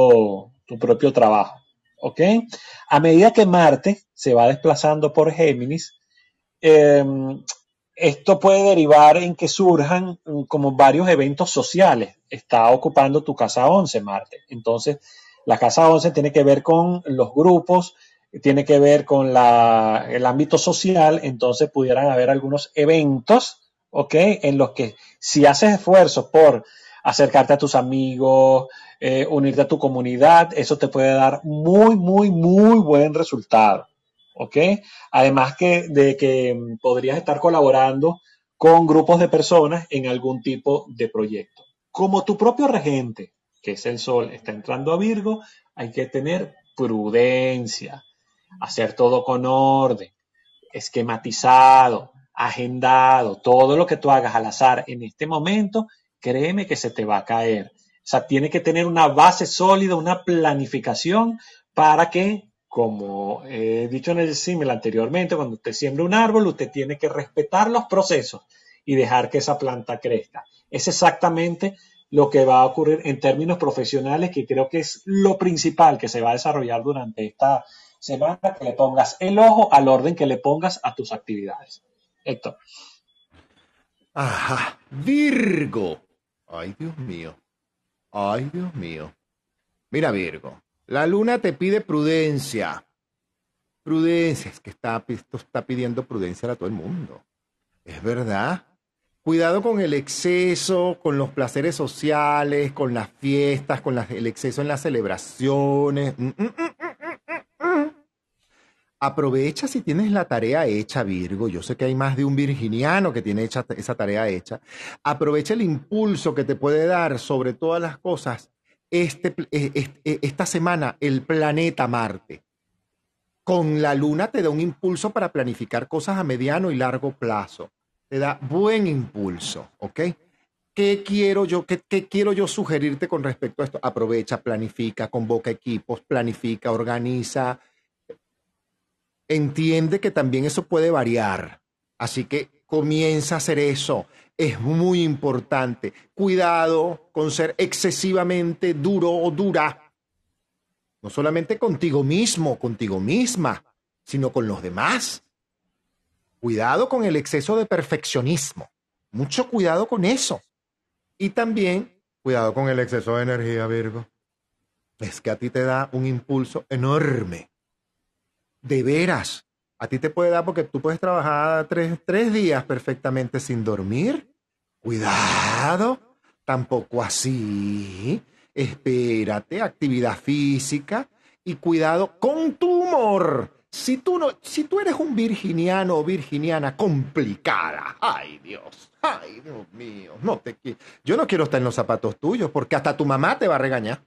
propio trabajo. ¿Ok? A medida que Marte se va desplazando por Géminis, eh, esto puede derivar en que surjan como varios eventos sociales. Está ocupando tu casa 11, Marte. Entonces, la casa 11 tiene que ver con los grupos, tiene que ver con el ámbito social, entonces pudieran haber algunos eventos, ¿ok? En los que si haces esfuerzos por acercarte a tus amigos, unirte a tu comunidad, eso te puede dar muy, muy, muy buen resultado, ¿ok? Además de que podrías estar colaborando con grupos de personas en algún tipo de proyecto. Como tu propio regente, que es el Sol, está entrando a Virgo, hay que tener prudencia, hacer todo con orden, esquematizado, agendado, todo lo que tú hagas al azar en este momento, créeme que se te va a caer. O sea, tiene que tener una base sólida, una planificación para que, como he dicho en el símil anteriormente, cuando usted siembra un árbol, usted tiene que respetar los procesos y dejar que esa planta crezca. Es exactamente lo que va a ocurrir en términos profesionales, que creo que es lo principal que se va a desarrollar durante esta semana, que le pongas el ojo al orden que le pongas a tus actividades. Héctor. Ajá, Virgo. Ay, Dios mío. Ay, Dios mío. Mira, Virgo, la luna te pide prudencia. Prudencia, es que esto está pidiendo prudencia a todo el mundo. Es verdad. Cuidado con el exceso, con los placeres sociales, con las fiestas, con el exceso en las celebraciones. Aprovecha si tienes la tarea hecha, Virgo. Yo sé que hay más de un virginiano que tiene esa tarea hecha. Aprovecha el impulso que te puede dar sobre todas las cosas esta semana el planeta Marte. Con la luna te da un impulso para planificar cosas a mediano y largo plazo. Te da buen impulso, ¿ok? ¿Qué quiero yo, qué quiero yo sugerirte con respecto a esto? Aprovecha, planifica, convoca equipos, planifica, organiza. Entiende que también eso puede variar. Así que comienza a hacer eso. Es muy importante. Cuidado con ser excesivamente duro o dura. No solamente contigo mismo, contigo misma, sino con los demás. Cuidado con el exceso de perfeccionismo. Mucho cuidado con eso. Y también cuidado con el exceso de energía, Virgo. Es que a ti te da un impulso enorme. De veras. A ti te puede dar porque tú puedes trabajar tres días perfectamente sin dormir. Cuidado. Tampoco así. Espérate, actividad física y cuidado con tu humor. Si tú eres un virginiano o virginiana complicada, ay Dios mío, yo no quiero estar en los zapatos tuyos porque hasta tu mamá te va a regañar.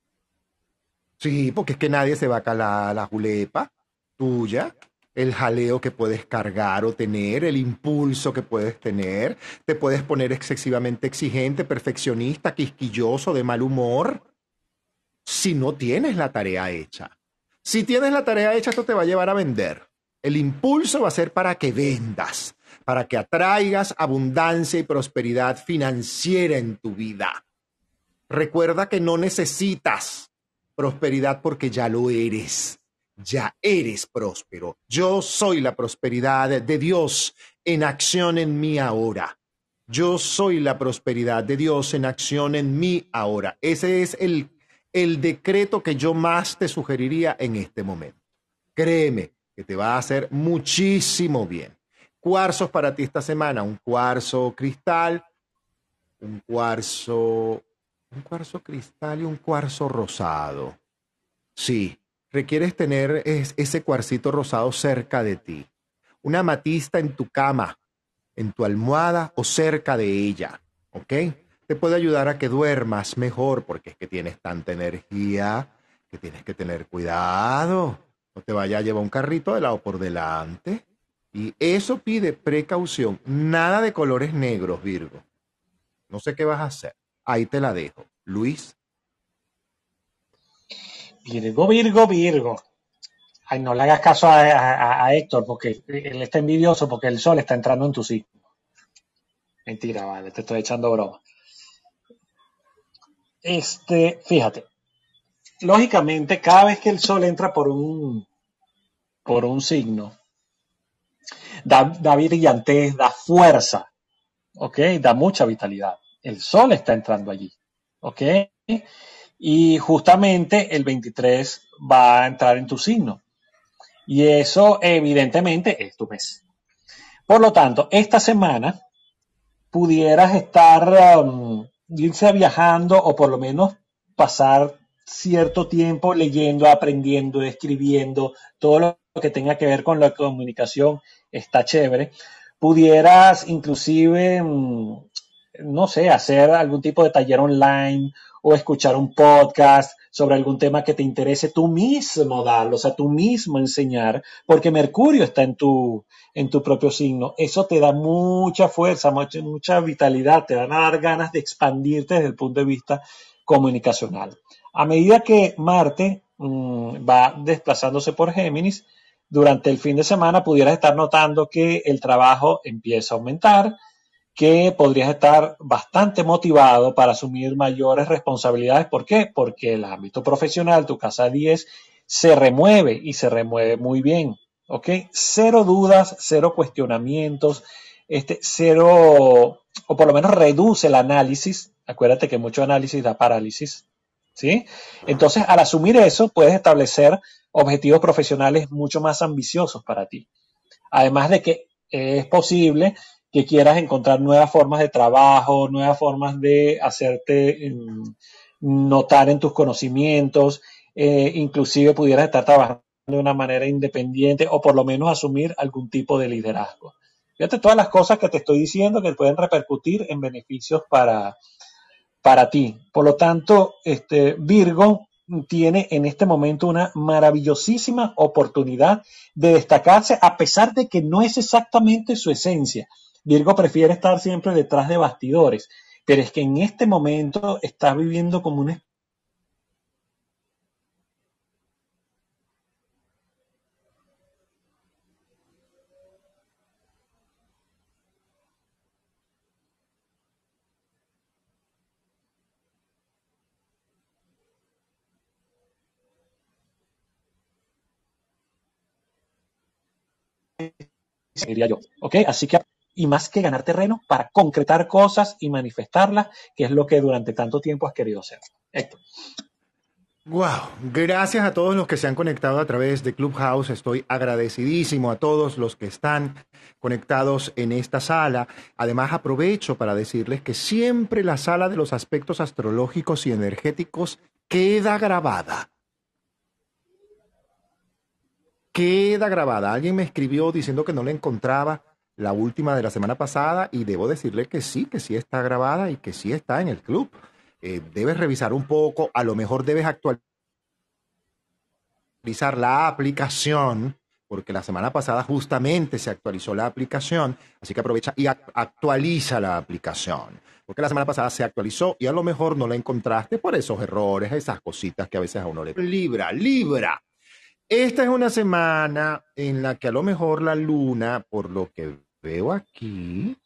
Sí, porque es que nadie se va a calar la julepa tuya, el jaleo que puedes cargar o tener, el impulso que puedes tener, te puedes poner excesivamente exigente, perfeccionista, quisquilloso, de mal humor, si no tienes la tarea hecha. Si tienes la tarea hecha, esto te va a llevar a vender. El impulso va a ser para que vendas, para que atraigas abundancia y prosperidad financiera en tu vida. Recuerda que no necesitas prosperidad porque ya lo eres. Ya eres próspero. Yo soy la prosperidad de Dios en acción en mí ahora. Yo soy la prosperidad de Dios en acción en mí ahora. Ese es el decreto que yo más te sugeriría en este momento. Créeme que te va a hacer muchísimo bien. Cuarzos para ti esta semana, un cuarzo cristal, un cuarzo cristal y un cuarzo rosado. Sí, requieres tener ese cuarcito rosado cerca de ti. Una amatista en tu cama, en tu almohada o cerca de ella, ¿ok? Te puede ayudar a que duermas mejor porque es que tienes tanta energía que tienes que tener cuidado. No te vaya a llevar un carrito de lado por delante. Y eso pide precaución. Nada de colores negros, Virgo. No sé qué vas a hacer. Ahí te la dejo. Luis. Virgo. Ay, no le hagas caso a Héctor porque él está envidioso porque el sol está entrando en tu signo. Mentira, vale, te estoy echando broma. Fíjate, lógicamente, cada vez que el sol entra por un signo, da brillantez, da fuerza, ¿ok? Da mucha vitalidad. El sol está entrando allí, ¿ok? Y justamente el 23 va a entrar en tu signo. Y eso, evidentemente, es tu mes. Por lo tanto, esta semana pudieras estar, irse viajando o por lo menos pasar cierto tiempo leyendo, aprendiendo, escribiendo, todo lo que tenga que ver con la comunicación está chévere. Pudieras inclusive, no sé, hacer algún tipo de taller online o escuchar un podcast sobre algún tema que te interese, tú mismo darlo, o sea, tú mismo enseñar, porque Mercurio está en tu propio signo. Eso te da mucha fuerza, mucha vitalidad, te van a dar ganas de expandirte desde el punto de vista comunicacional. A medida que Marte va desplazándose por Géminis, durante el fin de semana pudieras estar notando que el trabajo empieza a aumentar, que podrías estar bastante motivado para asumir mayores responsabilidades. ¿Por qué? Porque el ámbito profesional, tu casa 10, se remueve y se remueve muy bien. ¿Ok? Cero dudas, cero cuestionamientos, cero, o por lo menos reduce el análisis. Acuérdate que mucho análisis da parálisis. ¿Sí? Entonces, al asumir eso, puedes establecer objetivos profesionales mucho más ambiciosos para ti. Además de que es posible que quieras encontrar nuevas formas de trabajo, nuevas formas de hacerte notar en tus conocimientos, inclusive pudieras estar trabajando de una manera independiente o por lo menos asumir algún tipo de liderazgo. Fíjate todas las cosas que te estoy diciendo que pueden repercutir en beneficios para ti. Por lo tanto, Virgo tiene en este momento una maravillosísima oportunidad de destacarse a pesar de que no es exactamente su esencia. Virgo prefiere estar siempre detrás de bastidores, pero es que en este momento está viviendo como una diría yo, ¿ok? Así que, y más que ganar terreno, para concretar cosas y manifestarlas, que es lo que durante tanto tiempo has querido hacer. Héctor. Wow, gracias a todos los que se han conectado a través de Clubhouse. Estoy agradecidísimo a todos los que están conectados en esta sala. Además, aprovecho para decirles que siempre la sala de los aspectos astrológicos y energéticos queda grabada. Queda grabada. Alguien me escribió diciendo que no le encontraba la última de la semana pasada y debo decirle que sí está grabada y que sí está en el club. Debes revisar un poco, a lo mejor debes actualizar la aplicación, porque la semana pasada justamente se actualizó la aplicación, así que aprovecha y actualiza la aplicación, porque la semana pasada se actualizó y a lo mejor no la encontraste por esos errores, esas cositas que a veces a uno le... Libra. Esta es una semana en la que a lo mejor la luna, por lo que veo aquí,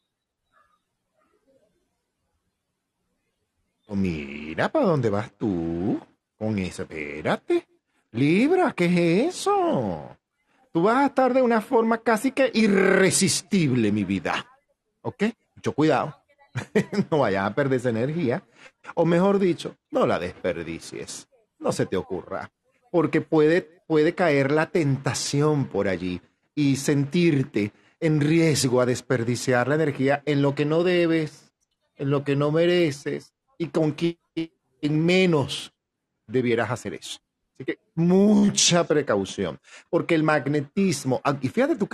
oh, mira, ¿para dónde vas tú? Con eso, espérate. Libra, ¿qué es eso? Tú vas a estar de una forma casi que irresistible, mi vida. ¿Ok? Mucho cuidado. No vayas a perder esa energía. O mejor dicho, no la desperdicies. No se te ocurra. Porque puede caer la tentación por allí y sentirte en riesgo a desperdiciar la energía en lo que no debes, en lo que no mereces y con quien menos debieras hacer eso. Así que mucha precaución, porque el magnetismo, y fíjate tú que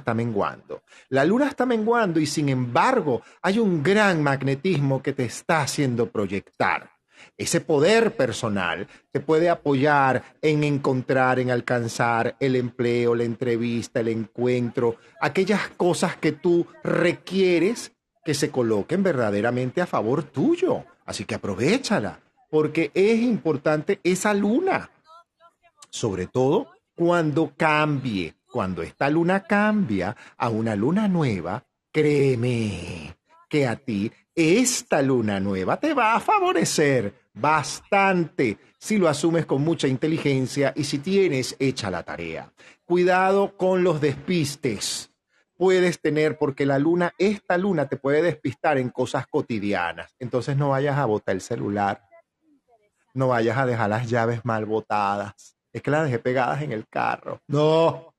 la luna está menguando y sin embargo hay un gran magnetismo que te está haciendo proyectar. Ese poder personal te puede apoyar en encontrar, en alcanzar el empleo, la entrevista, el encuentro, aquellas cosas que tú requieres que se coloquen verdaderamente a favor tuyo. Así que aprovéchala, porque es importante esa luna, sobre todo cuando cambie, cuando esta luna cambia a una luna nueva, créeme que a ti esta luna nueva te va a favorecer bastante si lo asumes con mucha inteligencia y si tienes hecha la tarea. Cuidado con los despistes. Puedes tener, porque esta luna te puede despistar en cosas cotidianas. Entonces no vayas a botar el celular, no vayas a dejar las llaves mal botadas. Es que las dejé pegadas en el carro. No.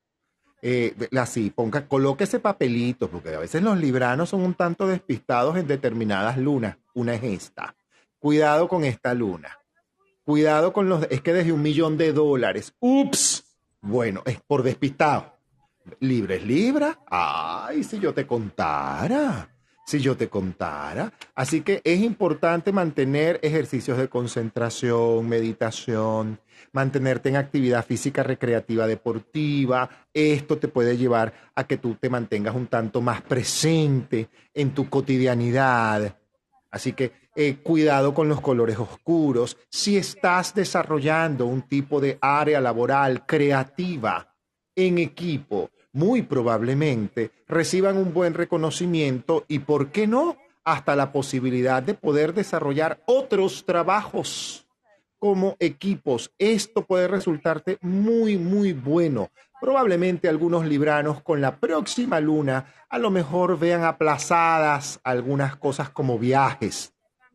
Así, coloque ese papelito, porque a veces los libranos son un tanto despistados en determinadas lunas. Una es esta. Cuidado con esta luna. Cuidado con es que dejé $1.000.000. ¡Ups! Bueno, es por despistado. ¿Libra es Libra? Ay, si yo te contara. Si yo te contara. Así que es importante mantener ejercicios de concentración, meditación, mantenerte en actividad física, recreativa, deportiva. Esto te puede llevar a que tú te mantengas un tanto más presente en tu cotidianidad. Así que cuidado con los colores oscuros. Si estás desarrollando un tipo de área laboral creativa en equipo, muy probablemente reciban un buen reconocimiento y, ¿por qué no?, hasta la posibilidad de poder desarrollar otros trabajos como equipos. Esto puede resultarte muy, muy bueno. Probablemente algunos libranos con la próxima luna a lo mejor vean aplazadas algunas cosas como viajes.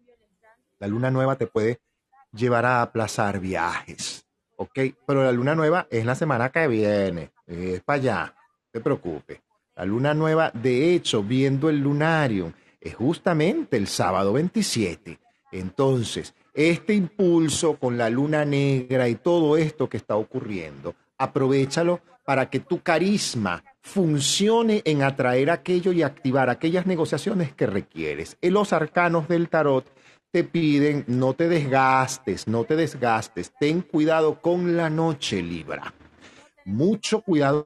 La luna nueva te puede llevar a aplazar viajes, ¿ok? Pero la luna nueva es la semana que viene, es para allá, no te preocupes. La luna nueva, de hecho, viendo el lunario, es justamente el sábado 27. Entonces, este impulso con la luna negra y todo esto que está ocurriendo, aprovéchalo para que tu carisma funcione en atraer aquello y activar aquellas negociaciones que requieres. En los arcanos del tarot te piden no te desgastes, no te desgastes. Ten cuidado con la noche, Libra. Mucho cuidado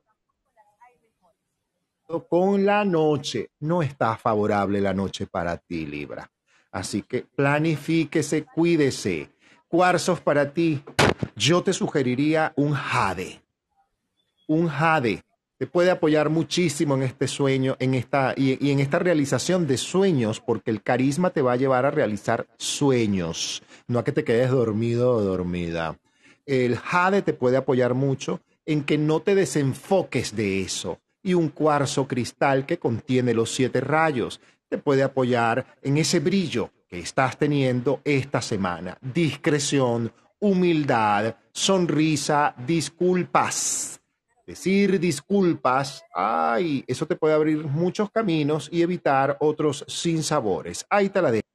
con la noche. No está favorable la noche para ti, Libra. Así que planifíquese, cuídese. Cuarzos para ti. Yo te sugeriría un jade. Un jade te puede apoyar muchísimo en este sueño, y en esta realización de sueños, porque el carisma te va a llevar a realizar sueños, no a que te quedes dormido o dormida. El jade te puede apoyar mucho en que no te desenfoques de eso. Y un cuarzo cristal que contiene los 7 rayos te puede apoyar en ese brillo que estás teniendo esta semana. Discreción, humildad, sonrisa, disculpas. Decir disculpas, ay, eso te puede abrir muchos caminos y evitar otros sinsabores. Ahí te la dejo.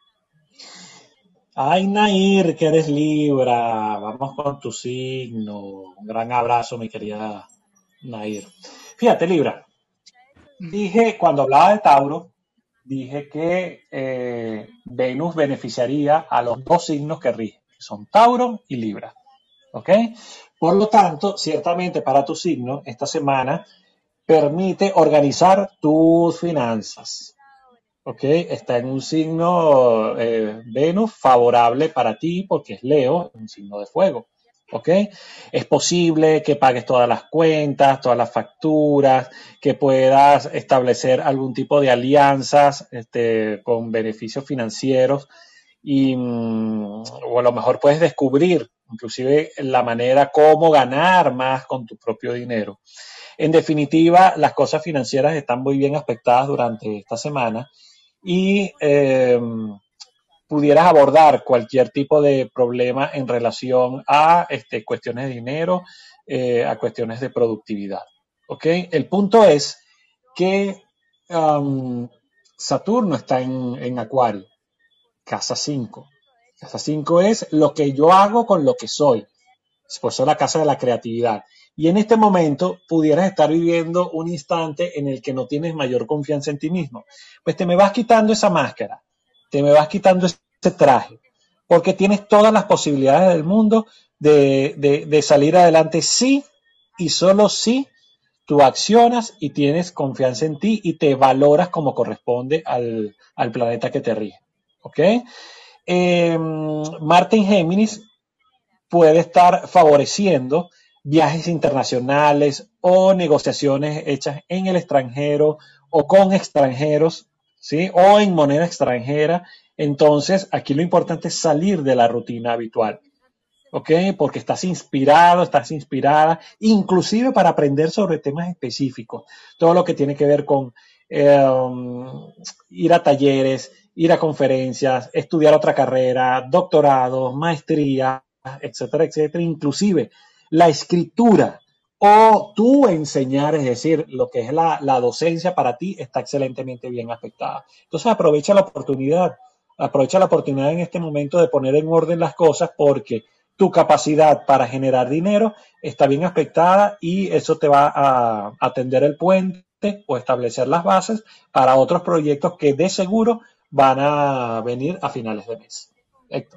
Ay, Nair, que eres Libra. Vamos con tu signo. Un gran abrazo, mi querida Nair. Fíjate, Libra. Dije, cuando hablaba de Tauro, dije que Venus beneficiaría a los dos signos que rigen, que son Tauro y Libra. ¿Ok? Por lo tanto, ciertamente para tu signo, esta semana permite organizar tus finanzas. ¿Ok? Está en un signo Venus favorable para ti porque es Leo, un signo de fuego. ¿Ok? Es posible que pagues todas las cuentas, todas las facturas, que puedas establecer algún tipo de alianzas con beneficios financieros o a lo mejor puedes descubrir inclusive la manera cómo ganar más con tu propio dinero. En definitiva, las cosas financieras están muy bien aspectadas durante esta semana y pudieras abordar cualquier tipo de problema en relación a cuestiones de dinero, a cuestiones de productividad. ¿Ok? El punto es que Saturno está en Acuario, casa 5. Casa 5 es lo que yo hago con lo que soy. Por eso es la casa de la creatividad. Y en este momento pudieras estar viviendo un instante en el que no tienes mayor confianza en ti mismo. Pues te me vas quitando esa máscara, te me vas quitando ese traje, porque tienes todas las posibilidades del mundo de salir adelante sí y solo si tú accionas y tienes confianza en ti y te valoras como corresponde al planeta que te rige. ¿Ok? Marte en Géminis puede estar favoreciendo viajes internacionales o negociaciones hechas en el extranjero o con extranjeros, ¿sí? O en moneda extranjera. Entonces, aquí lo importante es salir de la rutina habitual, ¿ok? Porque estás inspirado, estás inspirada, inclusive para aprender sobre temas específicos. Todo lo que tiene que ver con ir a talleres, ir a conferencias, estudiar otra carrera, doctorado, maestría, etcétera, etcétera. Inclusive la escritura o tú enseñar, es decir, lo que es la docencia para ti está excelentemente bien aspectada. Entonces aprovecha la oportunidad en este momento de poner en orden las cosas porque tu capacidad para generar dinero está bien aspectada y eso te va a tender el puente o establecer las bases para otros proyectos que de seguro van a venir a finales de mes. Héctor.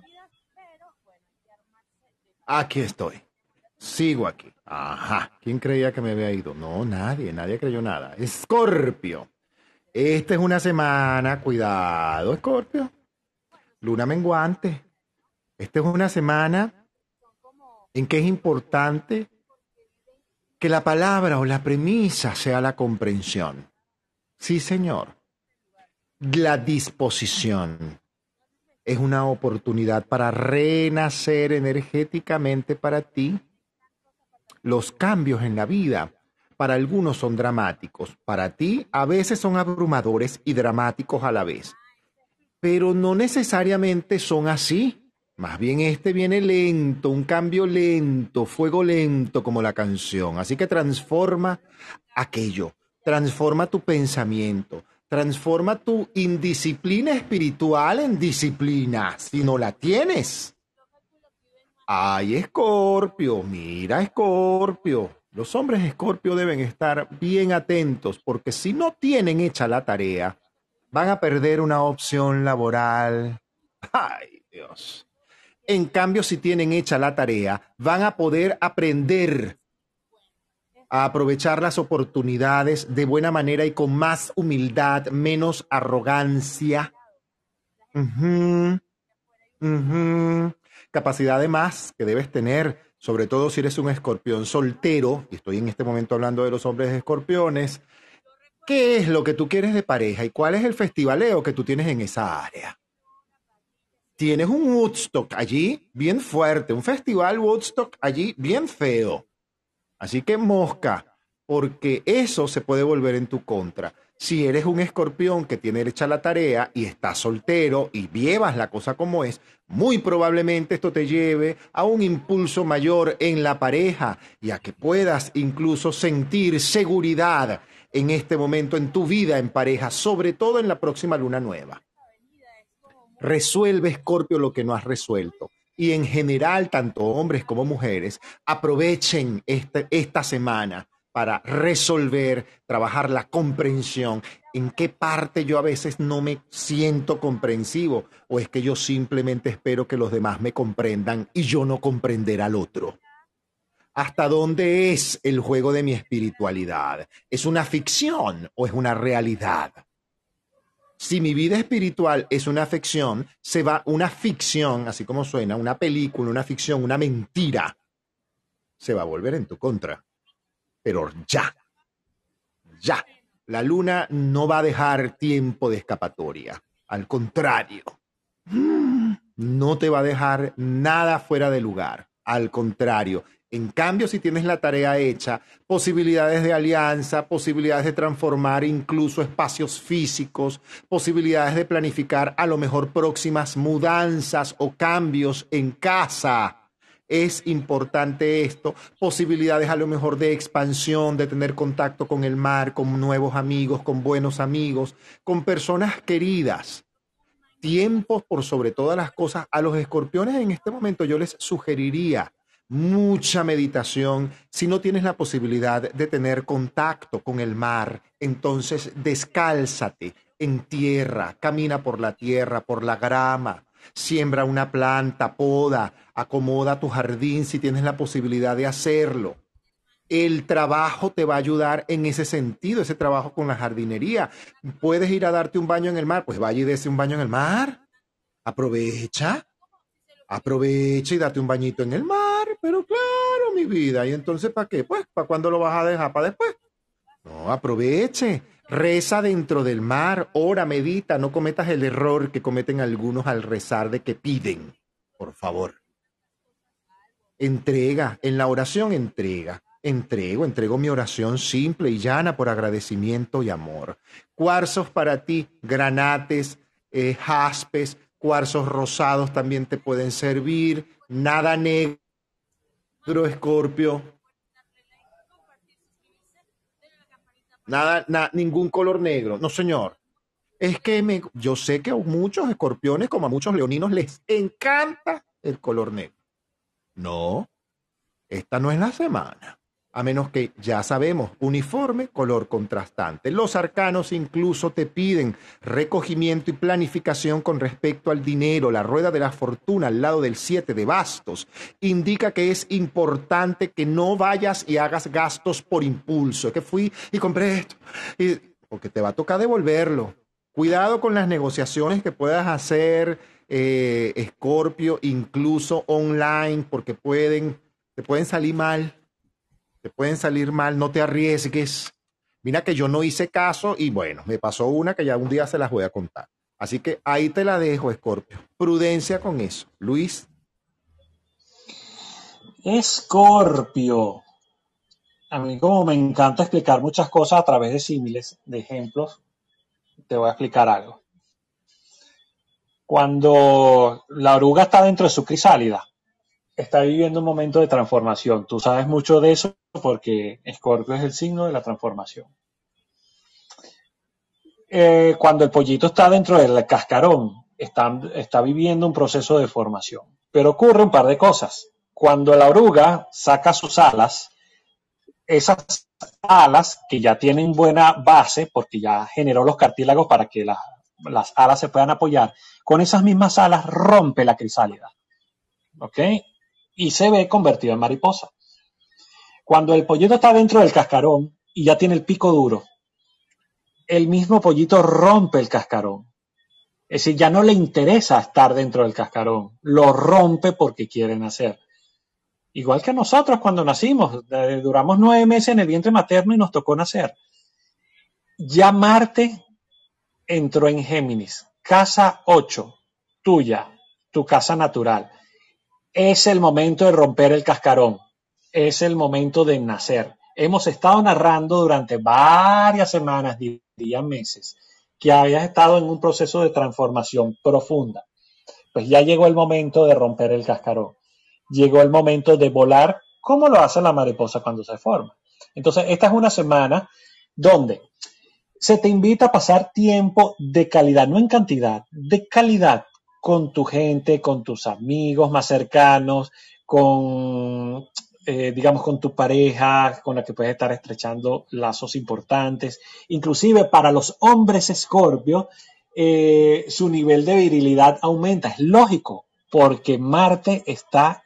Aquí estoy. Sigo aquí. Ajá. ¿Quién creía que me había ido? No, nadie creyó nada. Escorpio. Esta es una semana, cuidado, Escorpio. Luna menguante. Esta es una semana en que es importante que la palabra o la premisa sea la comprensión. Sí, señor. La disposición es una oportunidad para renacer energéticamente para ti. Los cambios en la vida para algunos son dramáticos, para ti a veces son abrumadores y dramáticos a la vez, pero no necesariamente son así. Más bien viene lento, un cambio lento, fuego lento como la canción. Así que transforma aquello, transforma tu pensamiento, transforma tu indisciplina espiritual en disciplina, si no la tienes. Ay, Escorpio, mira, Escorpio. Los hombres Escorpio deben estar bien atentos porque si no tienen hecha la tarea, van a perder una opción laboral. Ay, Dios. En cambio, si tienen hecha la tarea, van a poder aprender a aprovechar las oportunidades de buena manera y con más humildad, menos arrogancia. Ujú, ujú. Capacidad de más que debes tener, sobre todo si eres un escorpión soltero, y estoy en este momento hablando de los hombres escorpiones. ¿Qué es lo que tú quieres de pareja y cuál es el festivaleo que tú tienes en esa área? Tienes un Woodstock allí bien fuerte, un festival Woodstock allí bien feo. Así que mosca, porque eso se puede volver en tu contra. Si eres un escorpión que tiene hecha la tarea y estás soltero y llevas la cosa como es, muy probablemente esto te lleve a un impulso mayor en la pareja y a que puedas incluso sentir seguridad en este momento en tu vida en pareja, sobre todo en la próxima luna nueva. Resuelve, Escorpio, lo que no has resuelto. Y en general, tanto hombres como mujeres, aprovechen esta semana para resolver, trabajar la comprensión. ¿En qué parte yo a veces no me siento comprensivo? ¿O es que yo simplemente espero que los demás me comprendan y yo no comprender al otro? ¿Hasta dónde es el juego de mi espiritualidad? ¿Es una ficción o es una realidad? Si mi vida espiritual es una ficción, así como suena, una película, una ficción, una mentira, se va a volver en tu contra. Pero ya, ya. La luna no va a dejar tiempo de escapatoria. Al contrario, no te va a dejar nada fuera de lugar. Al contrario, en cambio, si tienes la tarea hecha, posibilidades de alianza, posibilidades de transformar incluso espacios físicos, posibilidades de planificar a lo mejor próximas mudanzas o cambios en casa. Es importante esto, posibilidades a lo mejor de expansión, de tener contacto con el mar, con nuevos amigos, con buenos amigos, con personas queridas. Tiempos por sobre todas las cosas. A los escorpiones en este momento yo les sugeriría mucha meditación. Si no tienes la posibilidad de tener contacto con el mar, entonces descálzate en tierra, camina por la tierra, por la grama, siembra una planta, poda, acomoda tu jardín si tienes la posibilidad de hacerlo. El trabajo te va a ayudar en ese sentido, ese trabajo con la jardinería. ¿Puedes ir a darte un baño en el mar? Pues vaya y dése un baño en el mar. Aprovecha, aprovecha y date un bañito en el mar. Pero claro, mi vida. ¿Y entonces para qué? Pues, ¿para cuándo lo vas a dejar? ¿Para después? No, aproveche. Reza dentro del mar, ora, medita, no cometas el error que cometen algunos al rezar de que piden. Por favor. Entrega, en la oración entrega. Entrego mi oración simple y llana por agradecimiento y amor. Cuarzos para ti, granates, jaspes, cuarzos rosados también te pueden servir. Nada negro, Escorpio. Ningún color negro. No, señor. Es que yo sé que a muchos escorpiones, como a muchos leoninos, les encanta el color negro. No, esta no es la semana. A menos que, ya sabemos, uniforme, color contrastante. Los arcanos incluso te piden recogimiento y planificación con respecto al dinero. La rueda de la fortuna al lado del 7 de bastos indica que es importante que no vayas y hagas gastos por impulso. Que fui y compré esto, porque te va a tocar devolverlo. Cuidado con las negociaciones que puedas hacer, Escorpio, incluso online, porque te pueden salir mal. Te pueden salir mal, no te arriesgues. Mira que yo no hice caso y bueno, me pasó una que ya un día se las voy a contar. Así que ahí te la dejo, Escorpio. Prudencia con eso. Luis. Escorpio. A mí como me encanta explicar muchas cosas a través de símiles, de ejemplos, te voy a explicar algo. Cuando la oruga está dentro de su crisálida, está viviendo un momento de transformación. Tú sabes mucho de eso porque Escorpio es el signo de la transformación. Cuando el pollito está dentro del cascarón, está viviendo un proceso de formación. Pero ocurre un par de cosas. Cuando la oruga saca sus alas, esas alas que ya tienen buena base, porque ya generó los cartílagos para que las alas se puedan apoyar, con esas mismas alas rompe la crisálida. ¿Ok? Y se ve convertido en mariposa. Cuando el pollito está dentro del cascarón y ya tiene el pico duro, el mismo pollito rompe el cascarón Es decir, ya no le interesa estar dentro del cascarón, lo rompe porque quiere nacer. Igual que nosotros cuando nacimos, duramos 9 meses en el vientre materno y nos tocó nacer. Ya Marte entró en Géminis, casa 8, tuya, tu casa natural. Es el momento de romper el cascarón, es el momento de nacer. Hemos estado narrando durante varias semanas, diría meses, que habías estado en un proceso de transformación profunda. Pues ya llegó el momento de romper el cascarón. Llegó el momento de volar como lo hace la mariposa cuando se forma. Entonces, esta es una semana donde se te invita a pasar tiempo de calidad, no en cantidad, de calidad con tu gente, con tus amigos más cercanos, con, digamos, con tu pareja, con la que puedes estar estrechando lazos importantes. Inclusive para los hombres Escorpio, su nivel de virilidad aumenta. Es lógico, porque Marte está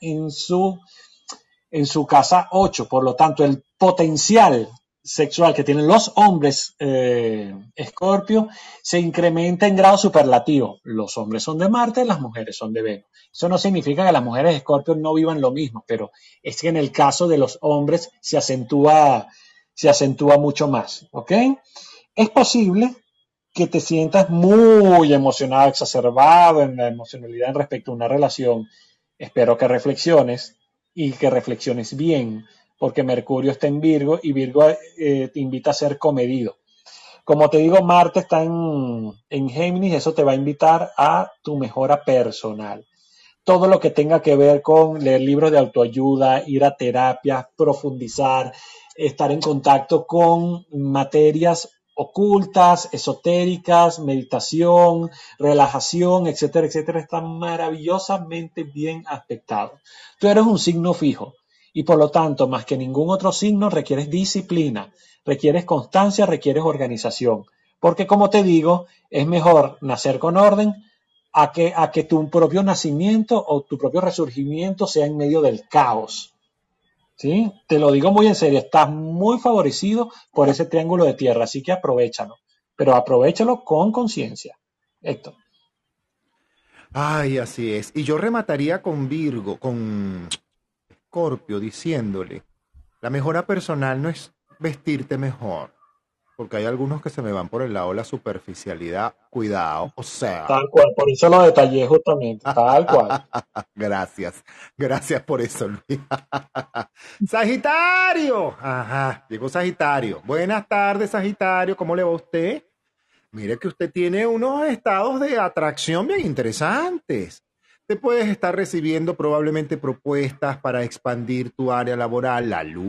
en su casa 8, por lo tanto el potencial sexual que tienen los hombres Escorpio se incrementa en grado superlativo. Los hombres son de Marte, las mujeres son de Venus. Eso no significa que las mujeres Escorpio no vivan lo mismo, pero es que en el caso de los hombres se acentúa mucho más. ¿Ok? Es posible que te sientas muy emocionado, exacerbado en la emocionalidad en respecto a una relación. Espero que reflexiones y que reflexiones bien, porque Mercurio está en Virgo y Virgo te invita a ser comedido. Como te digo, Marte está en Géminis, eso te va a invitar a tu mejora personal. Todo lo que tenga que ver con leer libros de autoayuda, ir a terapias, profundizar, estar en contacto con materias ocultas, esotéricas, meditación, relajación, etcétera, etcétera, está maravillosamente bien aspectado. Tú eres un signo fijo y por lo tanto, más que ningún otro signo, requieres disciplina, requieres constancia, requieres organización. Porque como te digo, es mejor nacer con orden a que tu propio nacimiento o tu propio resurgimiento sea en medio del caos. ¿Sí? Te lo digo muy en serio, estás muy favorecido por ese triángulo de tierra, así que aprovechalo, pero aprovechalo con conciencia. Héctor. Ay, así es. Y yo remataría con Virgo, con Escorpio, diciéndole, la mejora personal no es vestirte mejor, porque hay algunos que se me van por el lado de la superficialidad. Cuidado, o sea, Tal cual, por eso lo detallé justamente, tal cual. gracias, gracias por eso, Luis. Sagitario, ajá, llegó Sagitario. Buenas tardes, Sagitario, ¿cómo le va a usted? Mire que usted tiene unos estados de atracción bien interesantes. Te puedes estar recibiendo probablemente propuestas para expandir tu área laboral.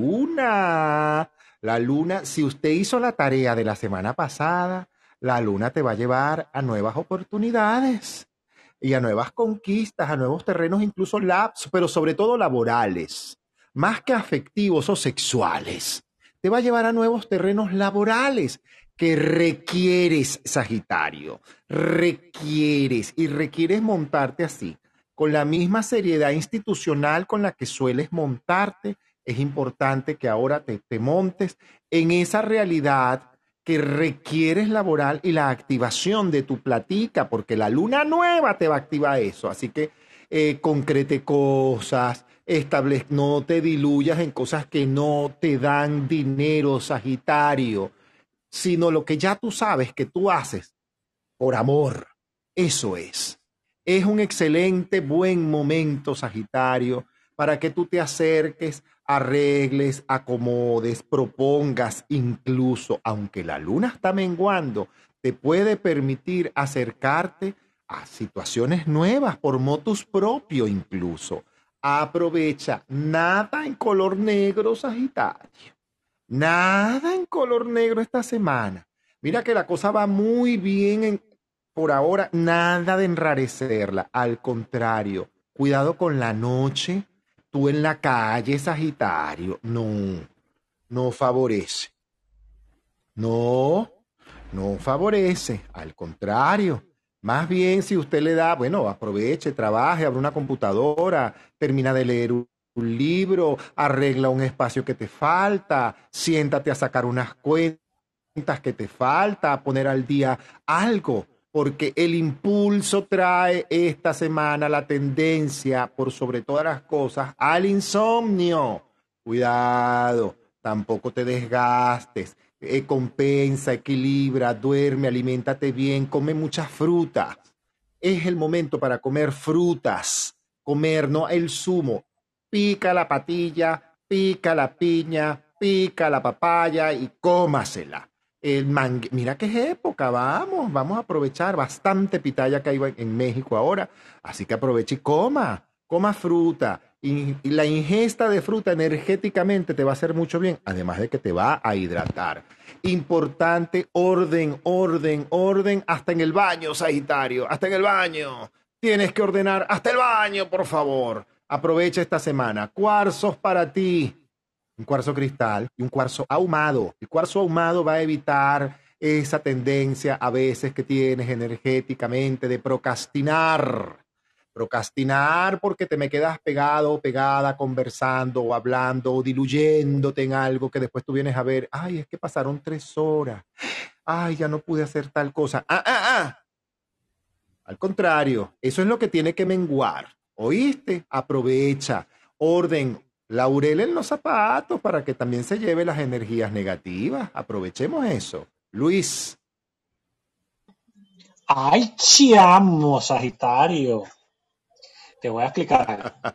La luna, si usted hizo la tarea de la semana pasada, la luna te va a llevar a nuevas oportunidades y a nuevas conquistas, a nuevos terrenos, incluso pero sobre todo laborales, más que afectivos o sexuales. Te va a llevar a nuevos terrenos laborales que requieres, Sagitario, requieres montarte así, con la misma seriedad institucional con la que sueles montarte. Es importante que ahora te montes en esa realidad que requieres laboral y la activación de tu platica, porque la luna nueva te va a activar eso. Así que concrete cosas, no te diluyas en cosas que no te dan dinero, Sagitario, sino lo que ya tú sabes que tú haces por amor. Eso es. Es un excelente, buen momento, Sagitario, para que tú te acerques, arregles, acomodes, propongas, incluso, aunque la luna está menguando, te puede permitir acercarte a situaciones nuevas por motus propio incluso. Aprovecha, nada en color negro, Sagitario. Nada en color negro esta semana. Mira que la cosa va muy bien por ahora, nada de enrarecerla. Al contrario, cuidado con la noche, tú en la calle, Sagitario. No, no favorece. No, no favorece. Al contrario. Más bien, si usted le da, bueno, aproveche, trabaje, abre una computadora, termina de leer un libro, arregla un espacio que te falta, siéntate a sacar unas cuentas que te falta, a poner al día algo. porque el impulso trae esta semana la tendencia, por sobre todas las cosas, al insomnio. Cuidado, tampoco te desgastes. Compensa, equilibra, duerme, aliméntate bien, come muchas frutas. Es el momento para comer frutas, comer, no el zumo. Pica la patilla, pica la piña, pica la papaya y cómasela. Mira que es época, vamos a aprovechar bastante pitaya que hay en México ahora, así que aproveche y coma fruta. Y la ingesta de fruta energéticamente te va a hacer mucho bien, además de que te va a hidratar. Importante, orden, hasta en el baño, Sagitario, hasta en el baño. Tienes que ordenar hasta el baño, por favor. Aprovecha esta semana. Cuarzos para ti. Un cuarzo cristal y un cuarzo ahumado. El cuarzo ahumado va a evitar esa tendencia a veces que tienes energéticamente de procrastinar. Procrastinar porque te me quedas pegado o pegada conversando o hablando o diluyéndote en algo que después tú vienes a ver, ay, es que pasaron 3 horas, ay, ya no pude hacer tal cosa. Al contrario, eso es lo que tiene que menguar. ¿Oíste? Aprovecha, orden, laurel en los zapatos para que también se lleve las energías negativas. Aprovechemos eso. Luis. Ay, chiamo, Sagitario. Te voy a explicar algo.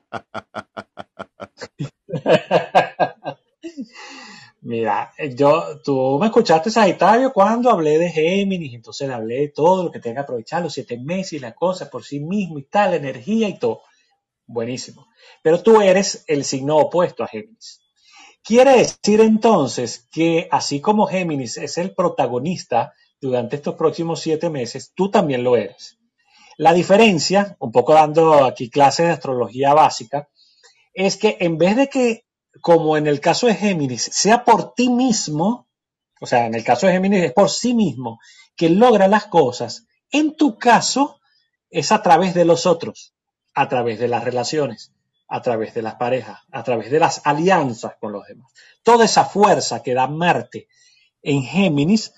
Mira, tú me escuchaste, Sagitario, cuando hablé de Géminis, entonces le hablé de todo lo que tenga que aprovechar, los 7 meses y las cosas por sí mismo y tal, la energía y todo. Buenísimo. Pero tú eres el signo opuesto a Géminis. Quiere decir entonces que así como Géminis es el protagonista durante estos próximos 7 meses, tú también lo eres. La diferencia, un poco dando aquí clases de astrología básica, es que en vez de que, como en el caso de Géminis, sea por ti mismo, o sea, en el caso de Géminis es por sí mismo que logra las cosas, en tu caso es a través de los otros, a través de las relaciones, a través de las parejas, a través de las alianzas con los demás. Toda esa fuerza que da Marte en Géminis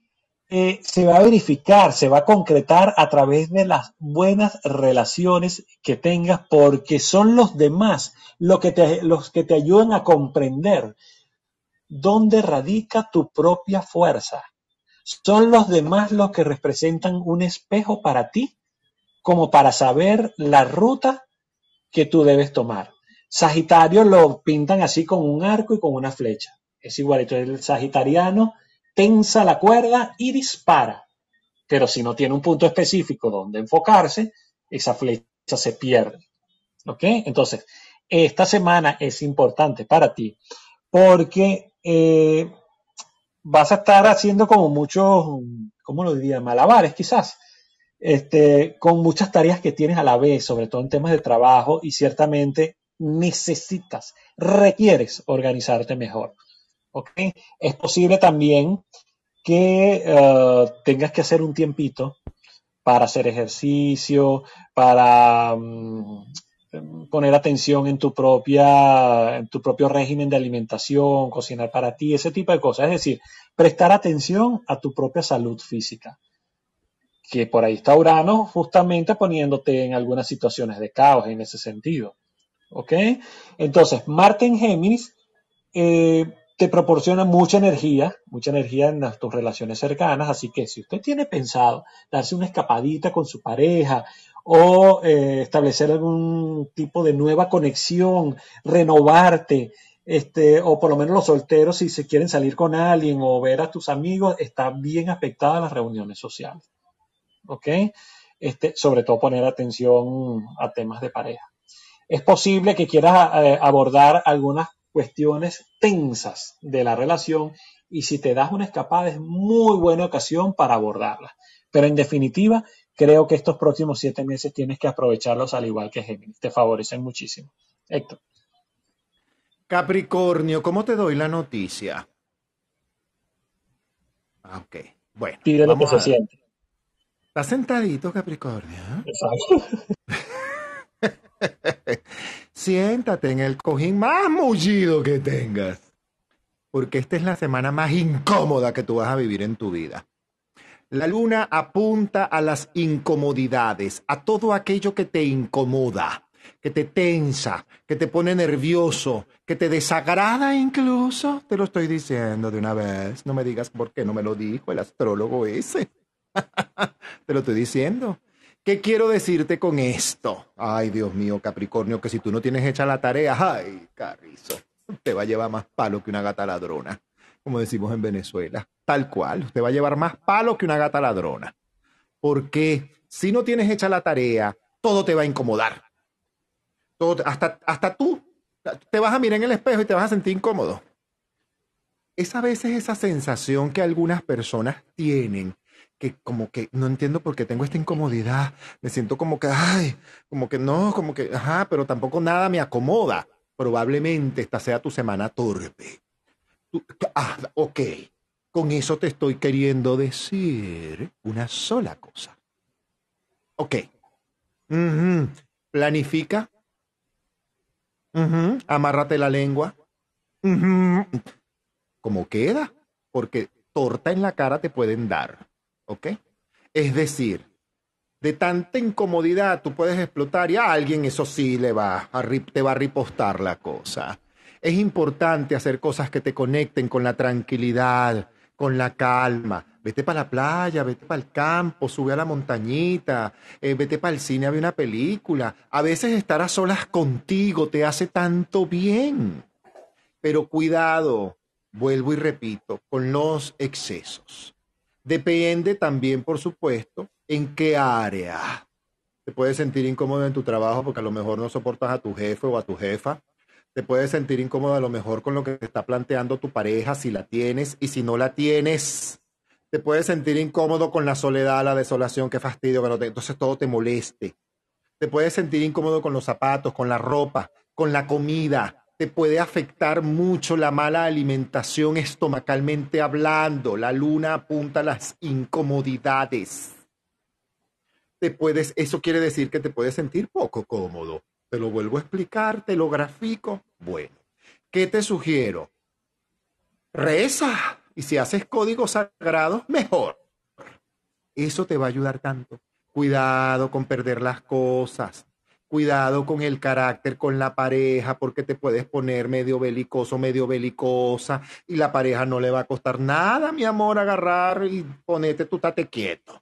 se va a verificar, se va a concretar a través de las buenas relaciones que tengas, porque son los demás los que te ayudan a comprender dónde radica tu propia fuerza. Son los demás los que representan un espejo para ti, como para saber la ruta que tú debes tomar. Sagitario lo pintan así con un arco y con una flecha. Es igualito, el sagitariano tensa la cuerda y dispara. Pero si no tiene un punto específico donde enfocarse, esa flecha se pierde. ¿Ok? Entonces, esta semana es importante para ti porque vas a estar haciendo como muchos, ¿cómo lo diría? Malabares quizás, con muchas tareas que tienes a la vez, sobre todo en temas de trabajo, y ciertamente requieres organizarte mejor. ¿Ok? Es posible también que tengas que hacer un tiempito para hacer ejercicio, para poner atención en tu propio régimen de alimentación, cocinar para ti, ese tipo de cosas. Es decir, prestar atención a tu propia salud física. Que por ahí está Urano justamente poniéndote en algunas situaciones de caos en ese sentido. ¿Ok? Entonces, Marte en Géminis te proporciona mucha energía en tus relaciones cercanas, así que si usted tiene pensado darse una escapadita con su pareja o establecer algún tipo de nueva conexión, renovarte, o por lo menos los solteros si se quieren salir con alguien o ver a tus amigos, está bien afectada las reuniones sociales. ¿Ok? Sobre todo poner atención a temas de pareja. Es posible que quieras abordar algunas cuestiones tensas de la relación y si te das una escapada es muy buena ocasión para abordarlas. Pero en definitiva, creo que estos próximos 7 meses tienes que aprovecharlos al igual que Géminis. Te favorecen muchísimo. Héctor. Capricornio, ¿cómo te doy la noticia? Ok, bueno, Pide lo que vamos se a ver. siente. ¿Estás sentadito, Capricornio? Exacto. Siéntate en el cojín más mullido que tengas, porque esta es la semana más incómoda que tú vas a vivir en tu vida. La luna apunta a las incomodidades, a todo aquello que te incomoda, que te tensa, que te pone nervioso, que te desagrada incluso. Te lo estoy diciendo de una vez. No me digas por qué no me lo dijo el astrólogo ese. Te lo estoy diciendo. ¿Qué quiero decirte con esto? Ay, Dios mío, Capricornio, que si tú no tienes hecha la tarea, ay, Carrizo, te va a llevar más palo que una gata ladrona, como decimos en Venezuela. Tal cual, usted va a llevar más palo que una gata ladrona. Porque si no tienes hecha la tarea, todo te va a incomodar. Todo, hasta tú te vas a mirar en el espejo y te vas a sentir incómodo. Es a veces esa sensación que algunas personas tienen, que como que no entiendo por qué tengo esta incomodidad, me siento como que, ay, como que no, como que, ajá, pero tampoco nada me acomoda. Probablemente esta sea tu semana torpe. Ok, con eso te estoy queriendo decir una sola cosa. Ok, planifica, amárrate la lengua, como queda, porque torta en la cara te pueden dar, ¿ok? Es decir, de tanta incomodidad tú puedes explotar y a alguien eso sí te va a ripostar la cosa. Es importante hacer cosas que te conecten con la tranquilidad, con la calma. Vete para la playa, vete para el campo, sube a la montañita, vete para el cine a ver una película. A veces estar a solas contigo te hace tanto bien. Pero cuidado, vuelvo y repito, con los excesos. Depende también, por supuesto, en qué área. Te puedes sentir incómodo en tu trabajo porque a lo mejor no soportas a tu jefe o a tu jefa. Te puedes sentir incómodo a lo mejor con lo que te está planteando tu pareja, si la tienes y si no la tienes. Te puedes sentir incómodo con la soledad, la desolación, qué fastidio, que entonces todo te moleste. Te puedes sentir incómodo con los zapatos, con la ropa, con la comida. Te puede afectar mucho la mala alimentación estomacalmente hablando. La luna apunta a las incomodidades. Eso quiere decir que te puedes sentir poco cómodo. Te lo vuelvo a explicar, te lo grafico. Bueno, ¿qué te sugiero? Reza. Y si haces códigos sagrados, mejor. Eso te va a ayudar tanto. Cuidado con perder las cosas. Cuidado con el carácter, con la pareja, porque te puedes poner medio belicoso, medio belicosa, y la pareja no le va a costar nada, mi amor, agarrar y ponerte tú tate quieto.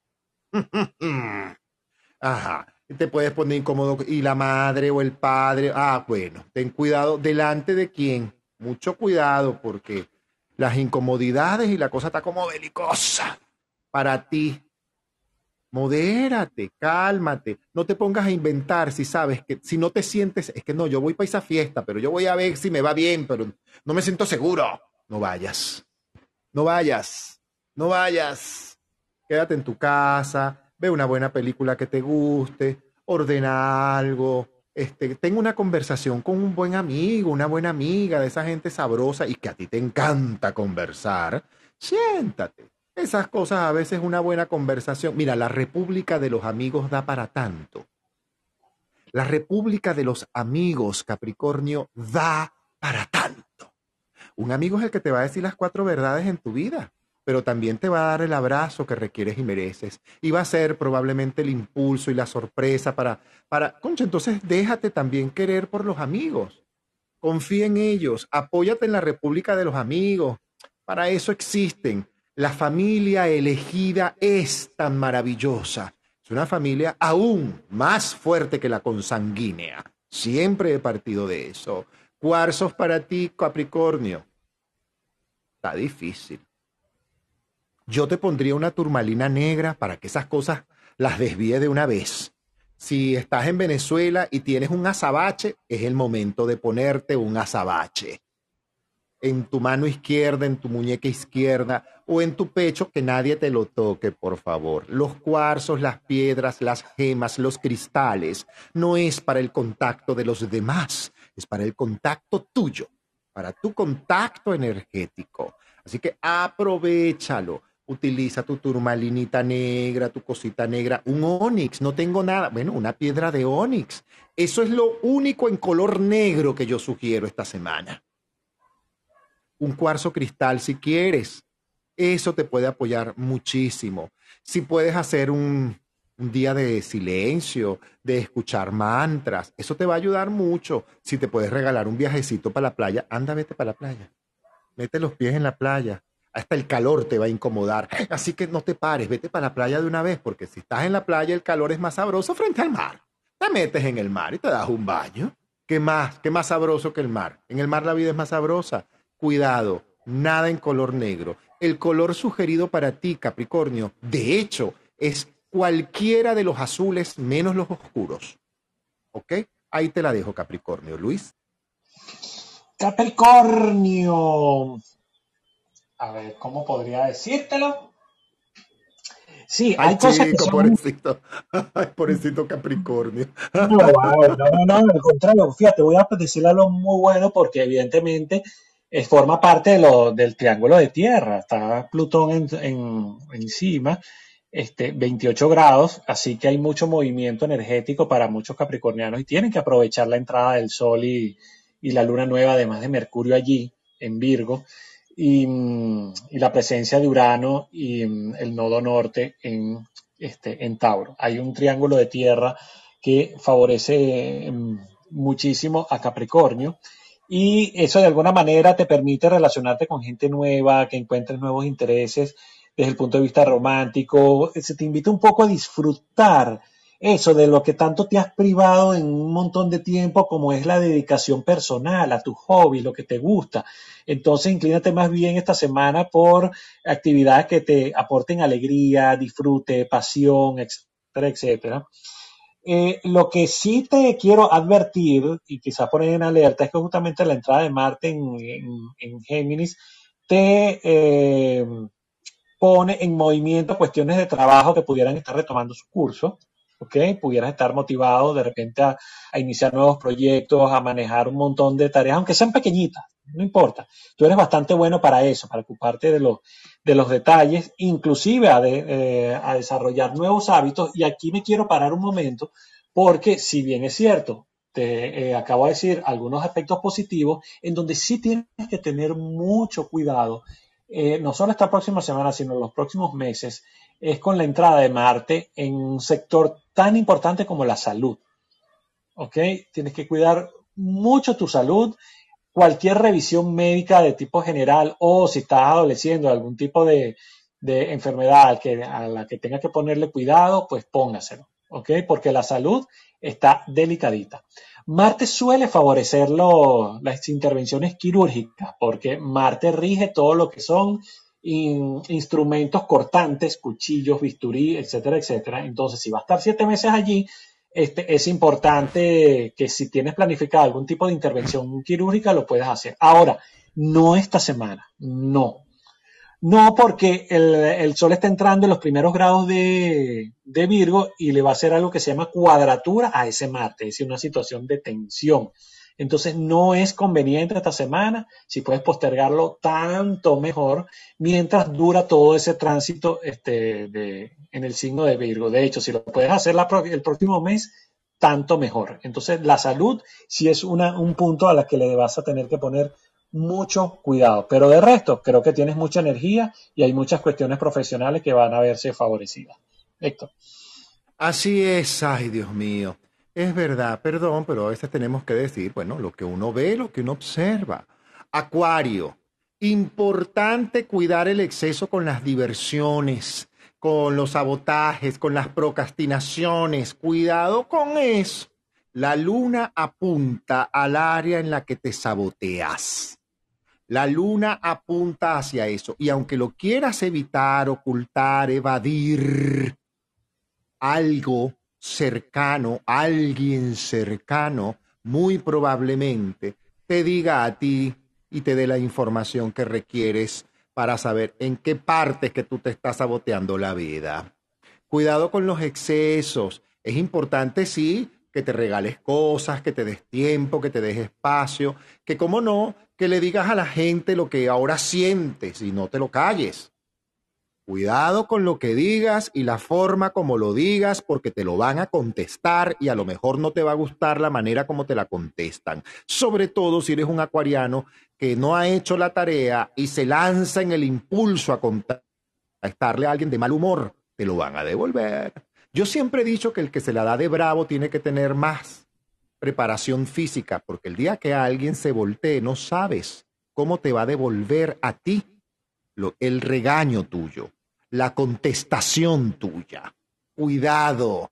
Ajá. Te puedes poner incómodo y la madre o el padre. Ah, bueno, ten cuidado. ¿Delante de quién? Mucho cuidado porque las incomodidades y la cosa está como belicosa para ti. Modérate, cálmate, no te pongas a inventar si sabes que si no te sientes, es que no, yo voy para esa fiesta, pero yo voy a ver si me va bien, pero no me siento seguro. No vayas, no vayas, no vayas. Quédate en tu casa, ve una buena película que te guste, ordena algo, ten una conversación con un buen amigo, una buena amiga de esa gente sabrosa y que a ti te encanta conversar. Siéntate. Esas cosas a veces una buena conversación. Mira, la república de los amigos da para tanto. La república de los amigos, Capricornio, da para tanto. Un amigo es el que te va a decir las 4 verdades en tu vida, pero también te va a dar el abrazo que requieres y mereces. Y va a ser probablemente el impulso y la sorpresa concha, entonces déjate también querer por los amigos. Confía en ellos, apóyate en la república de los amigos. Para eso existen. La familia elegida es tan maravillosa. Es una familia aún más fuerte que la consanguínea. Siempre he partido de eso. Cuarzos para ti, Capricornio. Está difícil. Yo te pondría una turmalina negra para que esas cosas las desvíe de una vez. Si estás en Venezuela y tienes un azabache, es el momento de ponerte un azabache. En tu mano izquierda, en tu muñeca izquierda o en tu pecho, que nadie te lo toque, por favor. Los cuarzos, las piedras, las gemas, los cristales, no es para el contacto de los demás, es para el contacto tuyo, para tu contacto energético. Así que aprovéchalo. Utiliza tu turmalinita negra, tu cosita negra, un onix, no tengo nada. Bueno, una piedra de onix. Eso es lo único en color negro que yo sugiero esta semana. Un cuarzo cristal si quieres. Eso te puede apoyar muchísimo. Si puedes hacer un día de silencio, de escuchar mantras, eso te va a ayudar mucho. Si te puedes regalar un viajecito para la playa, anda, vete para la playa. Mete los pies en la playa. Hasta el calor te va a incomodar. Así que no te pares, vete para la playa de una vez, porque si estás en la playa el calor es más sabroso frente al mar. Te metes en el mar y te das un baño. ¿Qué más? ¿Qué más sabroso que el mar? En el mar la vida es más sabrosa. Cuidado, nada en color negro. El color sugerido para ti, Capricornio, de hecho, es cualquiera de los azules menos los oscuros. ¿Ok? Ahí te la dejo, Capricornio. Luis. Capricornio. A ver, ¿cómo podría decírtelo? Sí, Ay, hay cosas que chico, son. pobrecito. Ay, pobrecito Capricornio. No, a ver, no, al contrario, fíjate, voy a decirle algo muy bueno porque evidentemente forma parte del triángulo de tierra. Está Plutón encima, 28 grados, así que hay mucho movimiento energético para muchos capricornianos y tienen que aprovechar la entrada del Sol y la luna nueva, además de Mercurio allí, en Virgo, y la presencia de Urano y el nodo norte en Tauro. Hay un triángulo de tierra que favorece muchísimo a Capricornio y eso de alguna manera te permite relacionarte con gente nueva, que encuentres nuevos intereses desde el punto de vista romántico, se te invita un poco a disfrutar eso de lo que tanto te has privado en un montón de tiempo, como es la dedicación personal a tu hobby, lo que te gusta. Entonces, inclínate más bien esta semana por actividades que te aporten alegría, disfrute, pasión, etcétera, etcétera. Lo que sí te quiero advertir y quizás poner en alerta es que justamente la entrada de Marte en Géminis te pone en movimiento cuestiones de trabajo que pudieran estar retomando su curso, ¿ok? Pudieras estar motivado de repente a iniciar nuevos proyectos, a manejar un montón de tareas, aunque sean pequeñitas, no importa. Tú eres bastante bueno para eso, para ocuparte de los detalles, inclusive a desarrollar nuevos hábitos. Y aquí me quiero parar un momento, porque si bien es cierto, te acabo de decir algunos aspectos positivos, en donde sí tienes que tener mucho cuidado no solo esta próxima semana, sino los próximos meses, es con la entrada de Marte en un sector tan importante como la salud. ¿Ok? Tienes que cuidar mucho tu salud. Cualquier revisión médica de tipo general o si estás adoleciendo algún tipo de enfermedad a la que tengas que ponerle cuidado, pues póngaselo. ¿Ok? Porque la salud está delicadita. Marte suele favorecer las intervenciones quirúrgicas porque Marte rige todo lo que son instrumentos cortantes, cuchillos, bisturí, etcétera, etcétera. Entonces, si va a estar 7 meses allí, es importante que si tienes planificado algún tipo de intervención quirúrgica, lo puedas hacer. Ahora, no esta semana, no. No, porque el Sol está entrando en los primeros grados de Virgo y le va a hacer algo que se llama cuadratura a ese Marte, es decir, una situación de tensión. Entonces no es conveniente esta semana, si puedes postergarlo tanto mejor, mientras dura todo ese tránsito en el signo de Virgo. De hecho, si lo puedes hacer el próximo mes, tanto mejor. Entonces la salud sí es un punto a la que le vas a tener que poner mucho cuidado. Pero de resto, creo que tienes mucha energía y hay muchas cuestiones profesionales que van a verse favorecidas. Héctor. Así es, ay Dios mío. Es verdad, perdón, pero a veces tenemos que decir, bueno, lo que uno ve, lo que uno observa. Acuario, importante cuidar el exceso con las diversiones, con los sabotajes, con las procrastinaciones. Cuidado con eso. La luna apunta al área en la que te saboteas. La luna apunta hacia eso. Y aunque lo quieras evitar, ocultar, evadir, algo cercano, alguien cercano, muy probablemente te diga a ti y te dé la información que requieres para saber en qué parte es que tú te estás saboteando la vida. Cuidado con los excesos. Es importante, sí, que te regales cosas, que te des tiempo, que te des espacio, que como no, que le digas a la gente lo que ahora sientes y no te lo calles. Cuidado con lo que digas y la forma como lo digas porque te lo van a contestar y a lo mejor no te va a gustar la manera como te la contestan. Sobre todo si eres un acuariano que no ha hecho la tarea y se lanza en el impulso a contestarle a alguien de mal humor. te lo van a devolver. Yo siempre he dicho que el que se la da de bravo tiene que tener más preparación física, porque el día que alguien se voltee no sabes cómo te va a devolver a ti el regaño tuyo, la contestación tuya. Cuidado,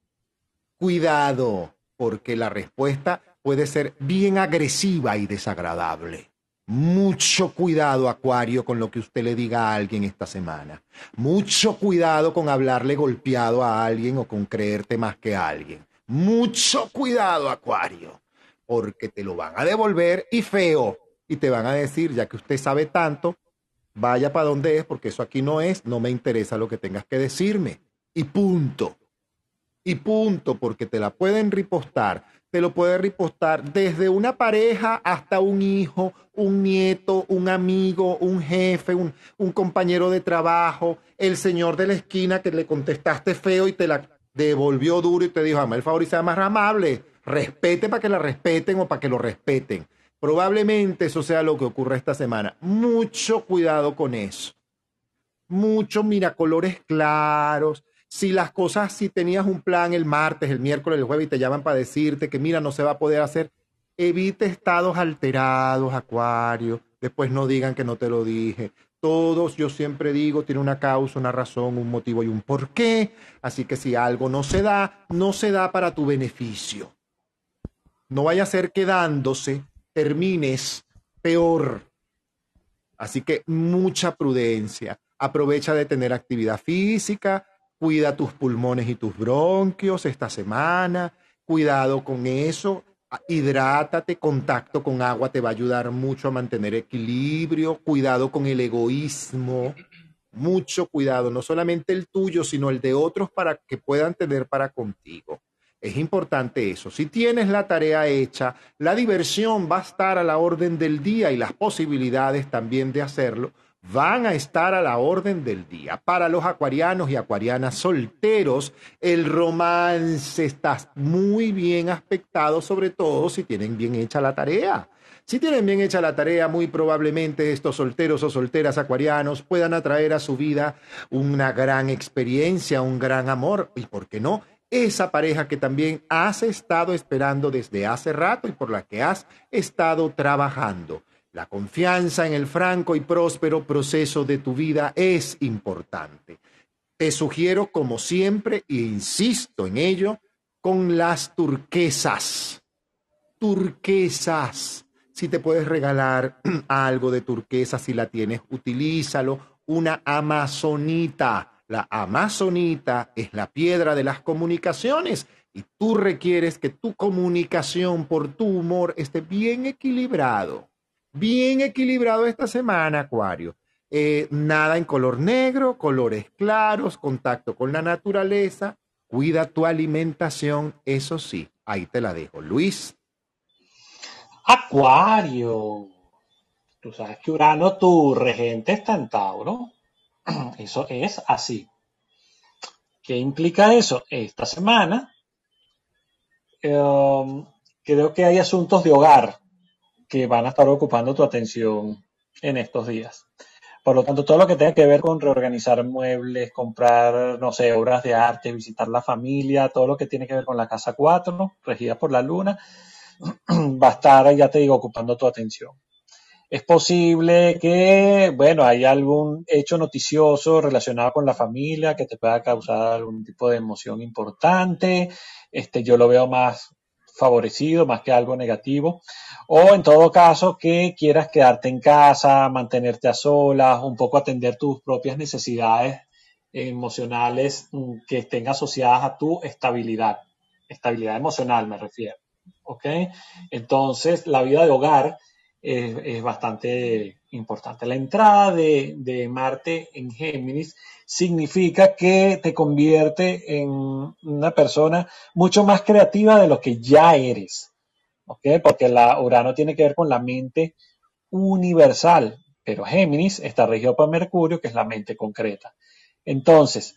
cuidado, porque la respuesta puede ser bien agresiva y desagradable. Mucho cuidado, Acuario, con lo que usted le diga a alguien esta semana. Mucho cuidado con hablarle golpeado a alguien o con creerte más que a alguien. Mucho cuidado, Acuario, porque te lo van a devolver y feo. Y te van a decir, ya que usted sabe tanto, vaya para donde es, porque eso aquí no es, no me interesa lo que tengas que decirme. Y punto. Y punto, porque te la pueden ripostar. Te lo puede ripostar desde una pareja hasta un hijo, un nieto, un amigo, un jefe, un compañero de trabajo, el señor de la esquina que le contestaste feo y te la devolvió duro y te dijo, hazme el favor y sea más amable. Respete para que la respeten o para que lo respeten. Probablemente eso sea lo que ocurra esta semana. Mucho cuidado con eso. Mucho, mira, colores claros. Si las cosas, si tenías un plan el martes, el miércoles, el jueves y te llaman para decirte que mira, no se va a poder hacer, evite estados alterados, Acuario. Después no digan que no te lo dije. Todos, yo siempre digo, tiene una causa, una razón, un motivo y un porqué. Así que si algo no se da, no se da para tu beneficio. No vaya a ser que dándose termines peor. Así que mucha prudencia. Aprovecha de tener actividad física. Cuida tus pulmones y tus bronquios esta semana. Cuidado con eso. Hidrátate. Contacto con agua te va a ayudar mucho a mantener equilibrio. Cuidado con el egoísmo. Mucho cuidado. No solamente el tuyo, sino el de otros para que puedan tener para contigo. Es importante eso. Si tienes la tarea hecha, la diversión va a estar a la orden del día y las posibilidades también de hacerlo van a estar a la orden del día. Para los acuarianos y acuarianas solteros, el romance está muy bien aspectado, sobre todo si tienen bien hecha la tarea. Si tienen bien hecha la tarea, muy probablemente estos solteros o solteras acuarianos puedan atraer a su vida una gran experiencia, un gran amor, y ¿por qué no? Esa pareja que también has estado esperando desde hace rato y por la que has estado trabajando. La confianza en el franco y próspero proceso de tu vida es importante. Te sugiero, como siempre, e insisto en ello, con las turquesas. Turquesas. Si te puedes regalar algo de turquesa, si la tienes, utilízalo. Una amazonita. La amazonita es la piedra de las comunicaciones y tú requieres que tu comunicación por tu humor esté bien equilibrado. Bien equilibrado esta semana, Acuario. Nada en color negro, colores claros, contacto con la naturaleza. Cuida tu alimentación, eso sí. Ahí te la dejo, Luis. Acuario. Tú sabes que Urano, tu regente, está en Tauro. Eso es así. ¿Qué implica eso? Esta semana creo que hay asuntos de hogar que van a estar ocupando tu atención en estos días. Por lo tanto, todo lo que tenga que ver con reorganizar muebles, comprar, no sé, obras de arte, visitar la familia, todo lo que tiene que ver con la casa 4, regida por la luna, va a estar, ya te digo, ocupando tu atención. Es posible que, bueno, haya algún hecho noticioso relacionado con la familia que te pueda causar algún tipo de emoción importante. Yo lo veo más favorecido, más que algo negativo. O en todo caso, que quieras quedarte en casa, mantenerte a solas, un poco atender tus propias necesidades emocionales que estén asociadas a tu estabilidad emocional me refiero. ¿Ok? Entonces, la vida de hogar es bastante importante. La entrada de Marte en Géminis significa que te convierte en una persona mucho más creativa de lo que ya eres, ¿ok? Porque la Urano tiene que ver con la mente universal, pero Géminis está regido por Mercurio, que es la mente concreta. Entonces,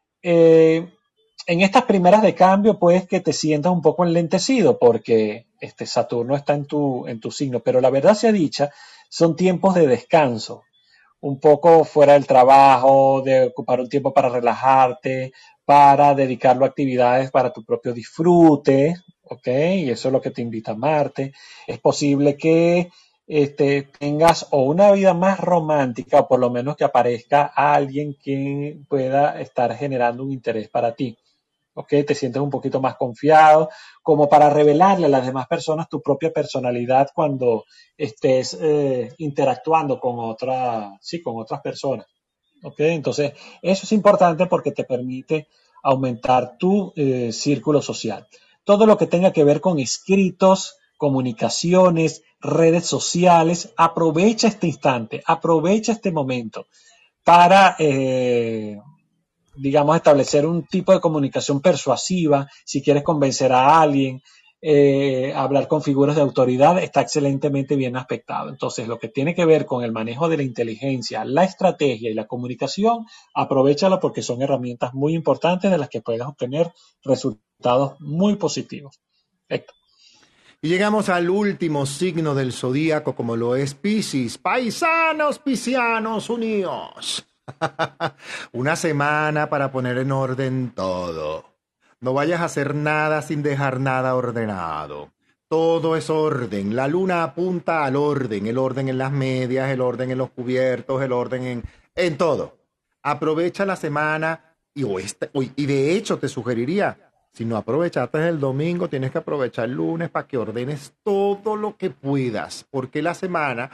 en estas primeras de cambio, pues que te sientas un poco enlentecido porque Saturno está en tu signo, pero la verdad sea dicha, son tiempos de descanso. un poco fuera del trabajo, de ocupar un tiempo para relajarte, para dedicarlo a actividades para tu propio disfrute, ¿ok? Y eso es lo que te invita a Marte. Es posible que tengas o una vida más romántica, o por lo menos que aparezca alguien que pueda estar generando un interés para ti. ¿Ok? Te sientes un poquito más confiado, como para revelarle a las demás personas tu propia personalidad cuando estés interactuando con sí, con otras personas. ¿Ok? Entonces, eso es importante porque te permite aumentar tu círculo social. Todo lo que tenga que ver con escritos, comunicaciones, redes sociales, aprovecha este instante, aprovecha este momento para digamos, establecer un tipo de comunicación persuasiva, si quieres convencer a alguien, hablar con figuras de autoridad, está excelentemente bien aspectado. Entonces, lo que tiene que ver con el manejo de la inteligencia, la estrategia y la comunicación, aprovéchalo porque son herramientas muy importantes de las que puedes obtener resultados muy positivos. Héctor. Y llegamos al último signo del zodíaco, como lo es Piscis. Paisanos, piscianos, unidos. Una semana para poner en orden todo. No vayas a hacer nada sin dejar nada ordenado. Todo es orden. La luna apunta al orden. El orden en las medias, el orden en los cubiertos, el orden en todo. Aprovecha la semana y de hecho te sugeriría, si no aprovechaste el domingo, tienes que aprovechar el lunes para que ordenes todo lo que puedas, porque la semana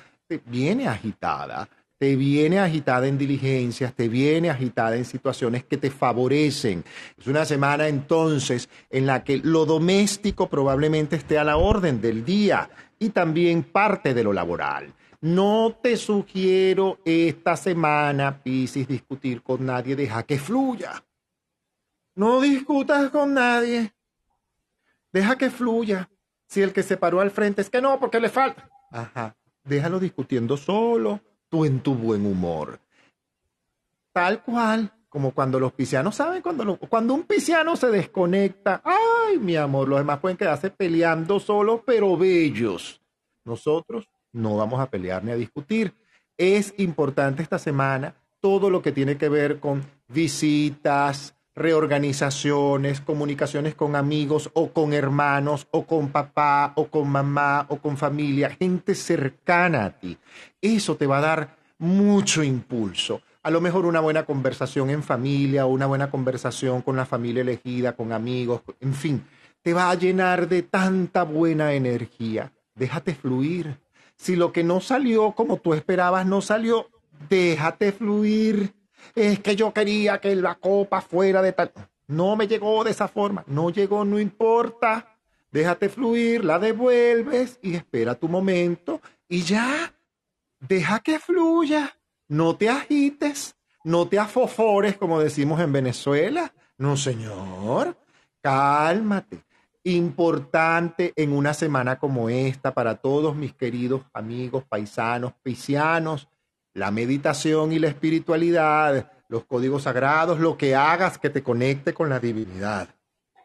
te viene agitada en diligencias, te viene agitada en situaciones que te favorecen. Es una semana entonces en la que lo doméstico probablemente esté a la orden del día y también parte de lo laboral. No te sugiero esta semana, Piscis, discutir con nadie, deja que fluya. No discutas con nadie, deja que fluya. Si el que se paró al frente es que no, porque le falta. Ajá, déjalo discutiendo solo, tú en tu buen humor. Tal cual, como cuando los piscianos saben, cuando un pisciano se desconecta, ay, mi amor, los demás pueden quedarse peleando solos, pero bellos. Nosotros no vamos a pelear ni a discutir. Es importante esta semana todo lo que tiene que ver con visitas, reorganizaciones, comunicaciones con amigos o con hermanos o con papá o con mamá o con familia, gente cercana a ti. Eso te va a dar mucho impulso. A lo mejor una buena conversación en familia o una buena conversación con la familia elegida, con amigos, en fin, te va a llenar de tanta buena energía. Déjate fluir. Si lo que no salió como tú esperabas no salió, déjate fluir. Es que yo quería que la copa fuera de tal. No me llegó de esa forma. No llegó, no importa. Déjate fluir, la devuelves y espera tu momento y ya. Deja que fluya. No te agites. No te afofores, como decimos en Venezuela. No, señor. Cálmate. Importante en una semana como esta para todos mis queridos amigos, paisanos, piscianos, la meditación y la espiritualidad, los códigos sagrados, lo que hagas que te conecte con la divinidad.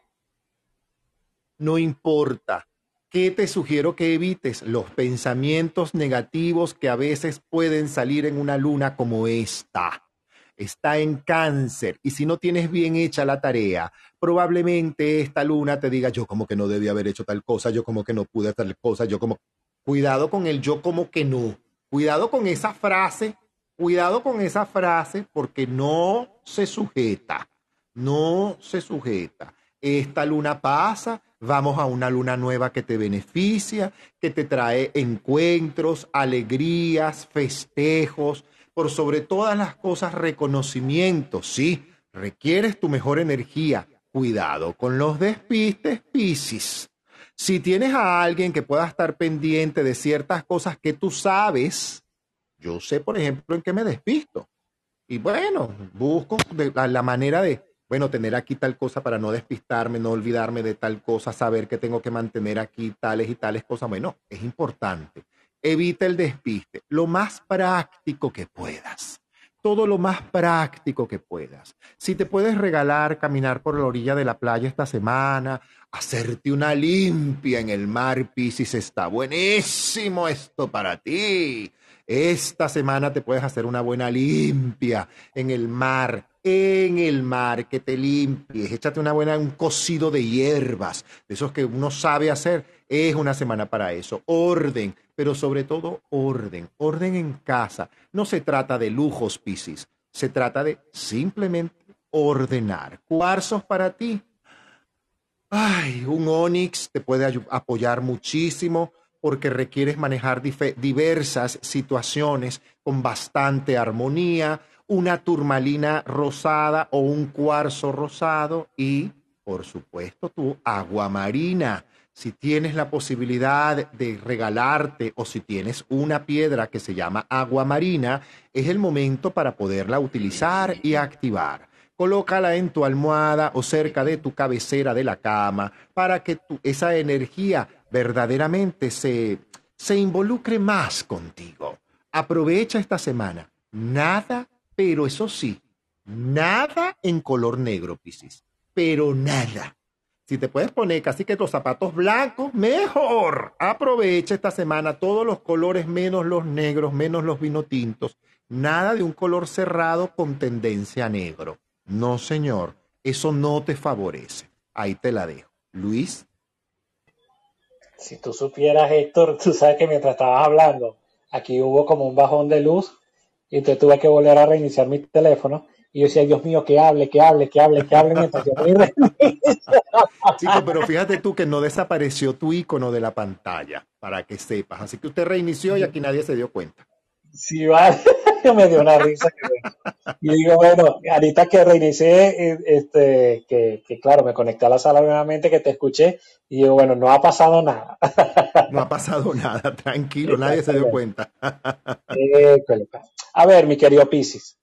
No importa. ¿Qué te sugiero que evites? Los pensamientos negativos que a veces pueden salir en una luna como esta. Está en Cáncer y si no tienes bien hecha la tarea, probablemente esta luna te diga yo como que no debí haber hecho tal cosa, yo como que no pude hacer tal cosa, yo como... Cuidado con el yo como que no. Cuidado con esa frase porque no se sujeta, no se sujeta. Esta luna pasa, vamos a una luna nueva que te beneficia, que te trae encuentros, alegrías, festejos, por sobre todas las cosas reconocimiento, sí, requieres tu mejor energía. Cuidado con los despistes, Piscis. Si tienes a alguien que pueda estar pendiente de ciertas cosas que tú sabes, yo sé, por ejemplo, en qué me despisto. Y bueno, busco la manera de, bueno, tener aquí tal cosa para no despistarme, no olvidarme de tal cosa, saber que tengo que mantener aquí tales y tales cosas. Bueno, es importante. Evita el despiste, lo más práctico que puedas. todo lo más práctico que puedas. Si te puedes regalar caminar por la orilla de la playa esta semana, hacerte una limpia en el mar, Piscis, está buenísimo esto para ti. Esta semana te puedes hacer una buena limpia en el mar, que te limpies, échate un cocido de hierbas, de esos que uno sabe hacer. Es una semana para eso. Orden, pero sobre todo orden en casa. No se trata de lujos, Piscis, se trata de simplemente ordenar. Cuarzos para ti. Ay, un onix te puede apoyar muchísimo porque requieres manejar diversas situaciones con bastante armonía, una turmalina rosada o un cuarzo rosado y, por supuesto, tu agua marina. Si tienes la posibilidad de regalarte o si tienes una piedra que se llama agua marina, es el momento para poderla utilizar y activar. Colócala en tu almohada o cerca de tu cabecera de la cama para que esa energía verdaderamente se involucre más contigo. Aprovecha esta semana. Nada, pero eso sí, nada en color negro, Piscis. Pero nada. Si te puedes poner casi que los zapatos blancos, mejor. Aprovecha esta semana todos los colores menos los negros, menos los vino tintos. Nada de un color cerrado con tendencia a negro. No, señor, eso no te favorece. Ahí te la dejo. Luis. Si tú supieras, Héctor, tú sabes que mientras estabas hablando, aquí hubo como un bajón de luz y entonces tuve que volver a reiniciar mi teléfono y yo decía, Dios mío, que hable, mientras yo me reinicio. Chico, pero fíjate tú que no desapareció tu icono de la pantalla, para que sepas. Así que usted reinició y aquí nadie se dio cuenta. Sí, vale, me dio una risa. Y digo, bueno, ahorita que reinicié, que claro, me conecté a la sala nuevamente, que te escuché, y digo, bueno, no ha pasado nada. No ha pasado nada, tranquilo, nadie se dio cuenta. A ver, mi querido Piscis,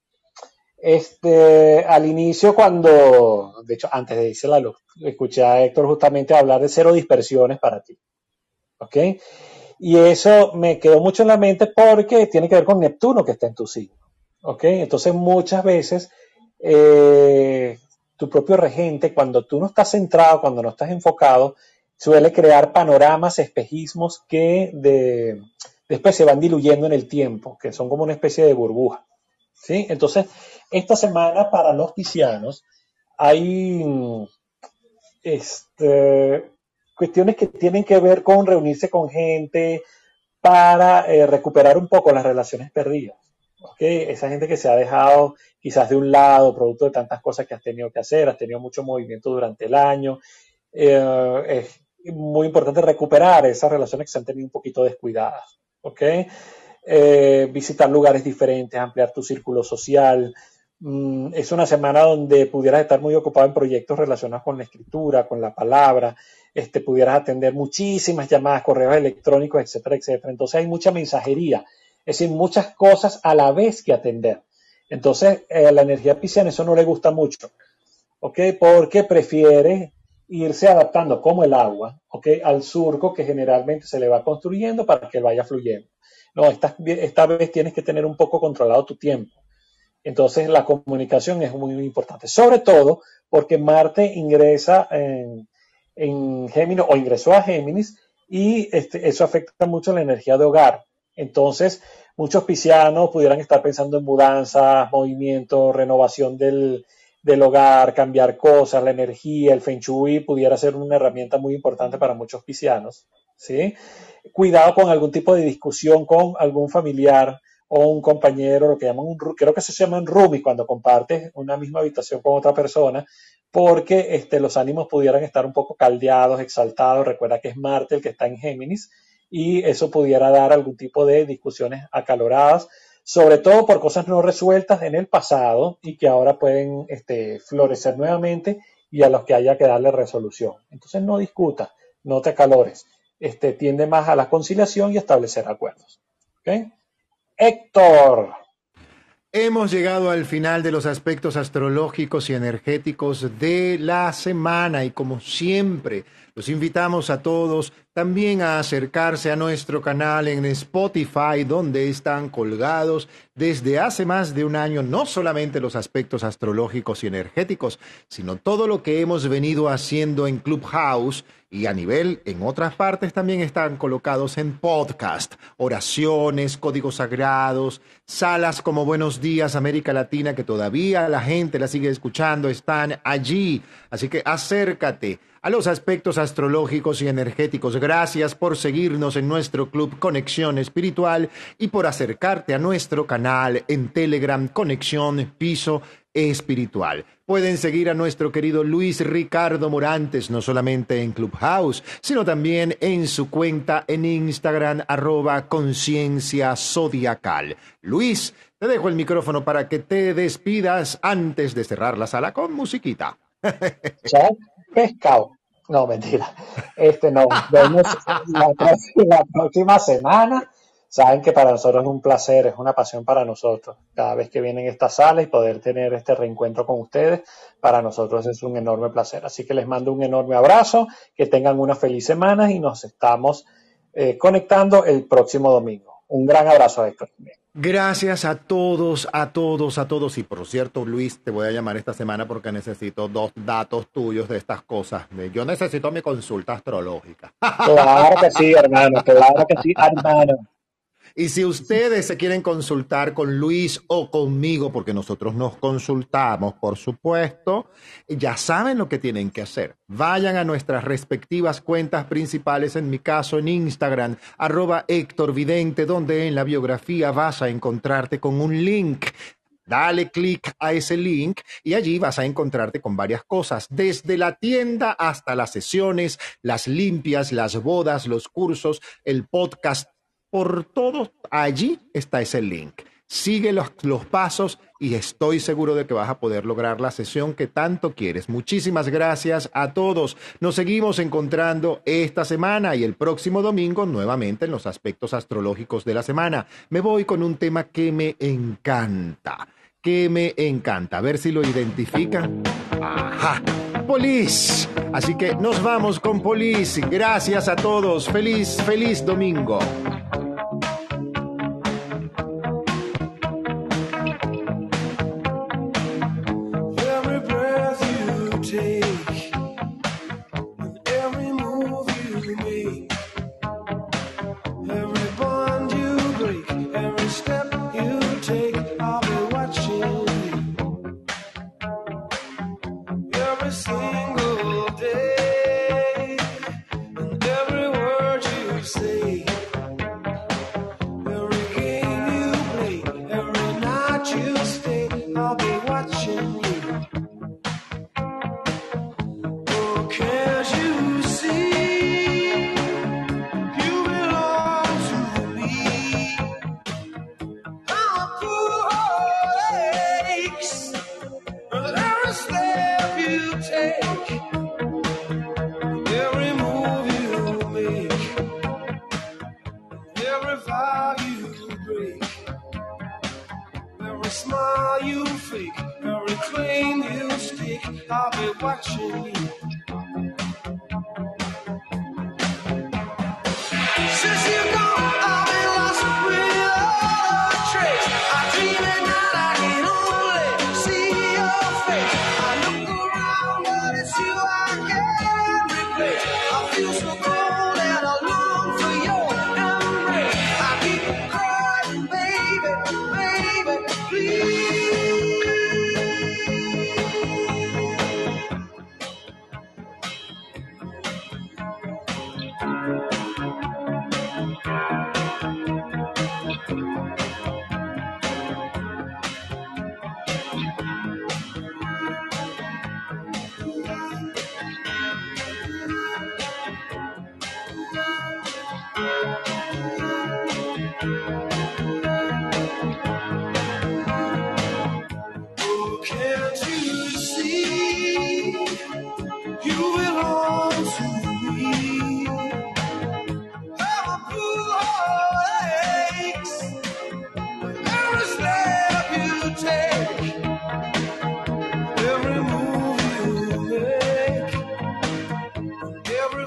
al inicio de hecho, antes de irse la luz, escuché a Héctor justamente hablar de cero dispersiones para ti, ¿ok? Y eso me quedó mucho en la mente porque tiene que ver con Neptuno, que está en tu signo, ¿ok? Entonces, muchas veces, tu propio regente, cuando tú no estás centrado, cuando no estás enfocado, suele crear panoramas, espejismos que después se van diluyendo en el tiempo, que son como una especie de burbuja, ¿sí? Entonces, esta semana para los piscianos hay cuestiones que tienen que ver con reunirse con gente para recuperar un poco las relaciones perdidas. ¿Okay? Esa gente que se ha dejado quizás de un lado, producto de tantas cosas que has tenido que hacer, has tenido mucho movimiento durante el año. Es muy importante recuperar esas relaciones que se han tenido un poquito descuidadas. ¿Okay? Visitar lugares diferentes, ampliar tu círculo social. Es una semana donde pudieras estar muy ocupado en proyectos relacionados con la escritura, con la palabra, pudieras atender muchísimas llamadas, correos electrónicos, etcétera, etcétera. Entonces hay mucha mensajería, es decir, muchas cosas a la vez que atender. Entonces, la energía pisciana eso no le gusta mucho, ¿ok? Porque prefiere irse adaptando como el agua, ¿ok? Al surco que generalmente se le va construyendo para que vaya fluyendo. No, esta vez tienes que tener un poco controlado tu tiempo. Entonces, la comunicación es muy, muy importante, sobre todo porque Marte ingresa en Géminis o ingresó a Géminis y eso afecta mucho la energía de hogar. Entonces, muchos piscianos pudieran estar pensando en mudanzas, movimiento, renovación del hogar, cambiar cosas, la energía, el Feng Shui pudiera ser una herramienta muy importante para muchos piscianos, ¿sí? Cuidado con algún tipo de discusión con algún familiar o un compañero, lo que llaman creo que se llaman roomie cuando compartes una misma habitación con otra persona, porque los ánimos pudieran estar un poco caldeados, exaltados. Recuerda que es Marte el que está en Géminis y eso pudiera dar algún tipo de discusiones acaloradas, sobre todo por cosas no resueltas en el pasado y que ahora pueden florecer nuevamente y a los que haya que darle resolución. Entonces no discutas, no te acalores, tiende más a la conciliación y establecer acuerdos. ¿Okay? Héctor. Hemos llegado al final de los aspectos astrológicos y energéticos de la semana y como siempre Los invitamos a todos también a acercarse a nuestro canal en Spotify, donde están colgados desde hace más de un año no solamente los aspectos astrológicos y energéticos, sino todo lo que hemos venido haciendo en Clubhouse, y a nivel, en otras partes también están colocados en podcast, oraciones, códigos sagrados, salas como Buenos Días América Latina, que todavía la gente la sigue escuchando, están allí. Así que acércate a los aspectos astrológicos y energéticos. Gracias por seguirnos en nuestro club Conexión Espiritual y por acercarte a nuestro canal en Telegram, Conexión Piso Espiritual. Pueden seguir a nuestro querido Luis Ricardo Morantes, no solamente en Clubhouse, sino también en su cuenta en Instagram, @conciencia zodiacal. Luis, te dejo el micrófono para que te despidas antes de cerrar la sala con musiquita. Chao, pescado. No, mentira. Nos vemos la próxima semana. Saben que para nosotros es un placer, es una pasión para nosotros. Cada vez que vienen estas salas y poder tener este reencuentro con ustedes, para nosotros es un enorme placer. Así que les mando un enorme abrazo, que tengan una feliz semana y nos estamos conectando el próximo domingo. Un gran abrazo, Héctor. Gracias a todos, a todos, a todos. Y por cierto, Luis, te voy a llamar esta semana porque necesito 2 datos tuyos de estas cosas. Yo necesito mi consulta astrológica. Claro que sí, hermano. Claro que sí, hermano. Y si ustedes se quieren consultar con Luis o conmigo, porque nosotros nos consultamos, por supuesto, ya saben lo que tienen que hacer. Vayan a nuestras respectivas cuentas principales, en mi caso en Instagram, @HéctorVidente, donde en la biografía vas a encontrarte con un link. Dale clic a ese link y allí vas a encontrarte con varias cosas, desde la tienda hasta las sesiones, las limpias, las bodas, los cursos, el podcast. Por todo allí está ese link. Sigue los pasos y estoy seguro de que vas a poder lograr la sesión que tanto quieres. Muchísimas gracias a todos. Nos seguimos encontrando esta semana y el próximo domingo nuevamente en los aspectos astrológicos de la semana. Me voy con un tema que me encanta. A ver si lo identifican. ¡Ajá! Police. Así que nos vamos con Police. Gracias a todos. Feliz domingo.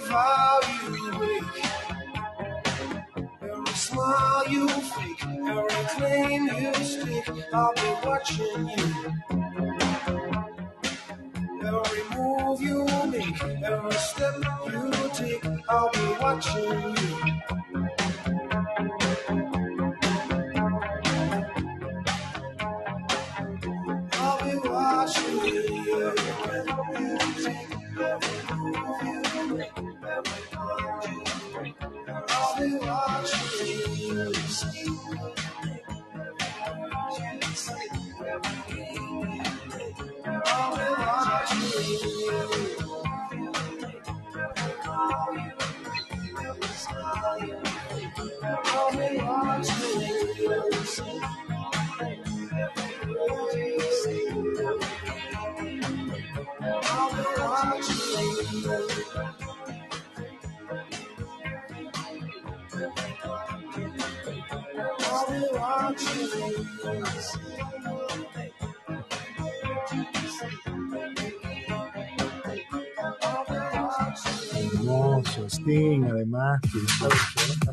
vow you break, every smile you fake, every claim you stake, I'll be watching you. Every move you make, every step you take, I'll be watching you. I'll be watching you. Every move you make, every move you break, I'll be watching you. I'll be watching you. I'll be watching you. I'll be watching you. I'll be watching Hermoso, Sting, además, que esta versión está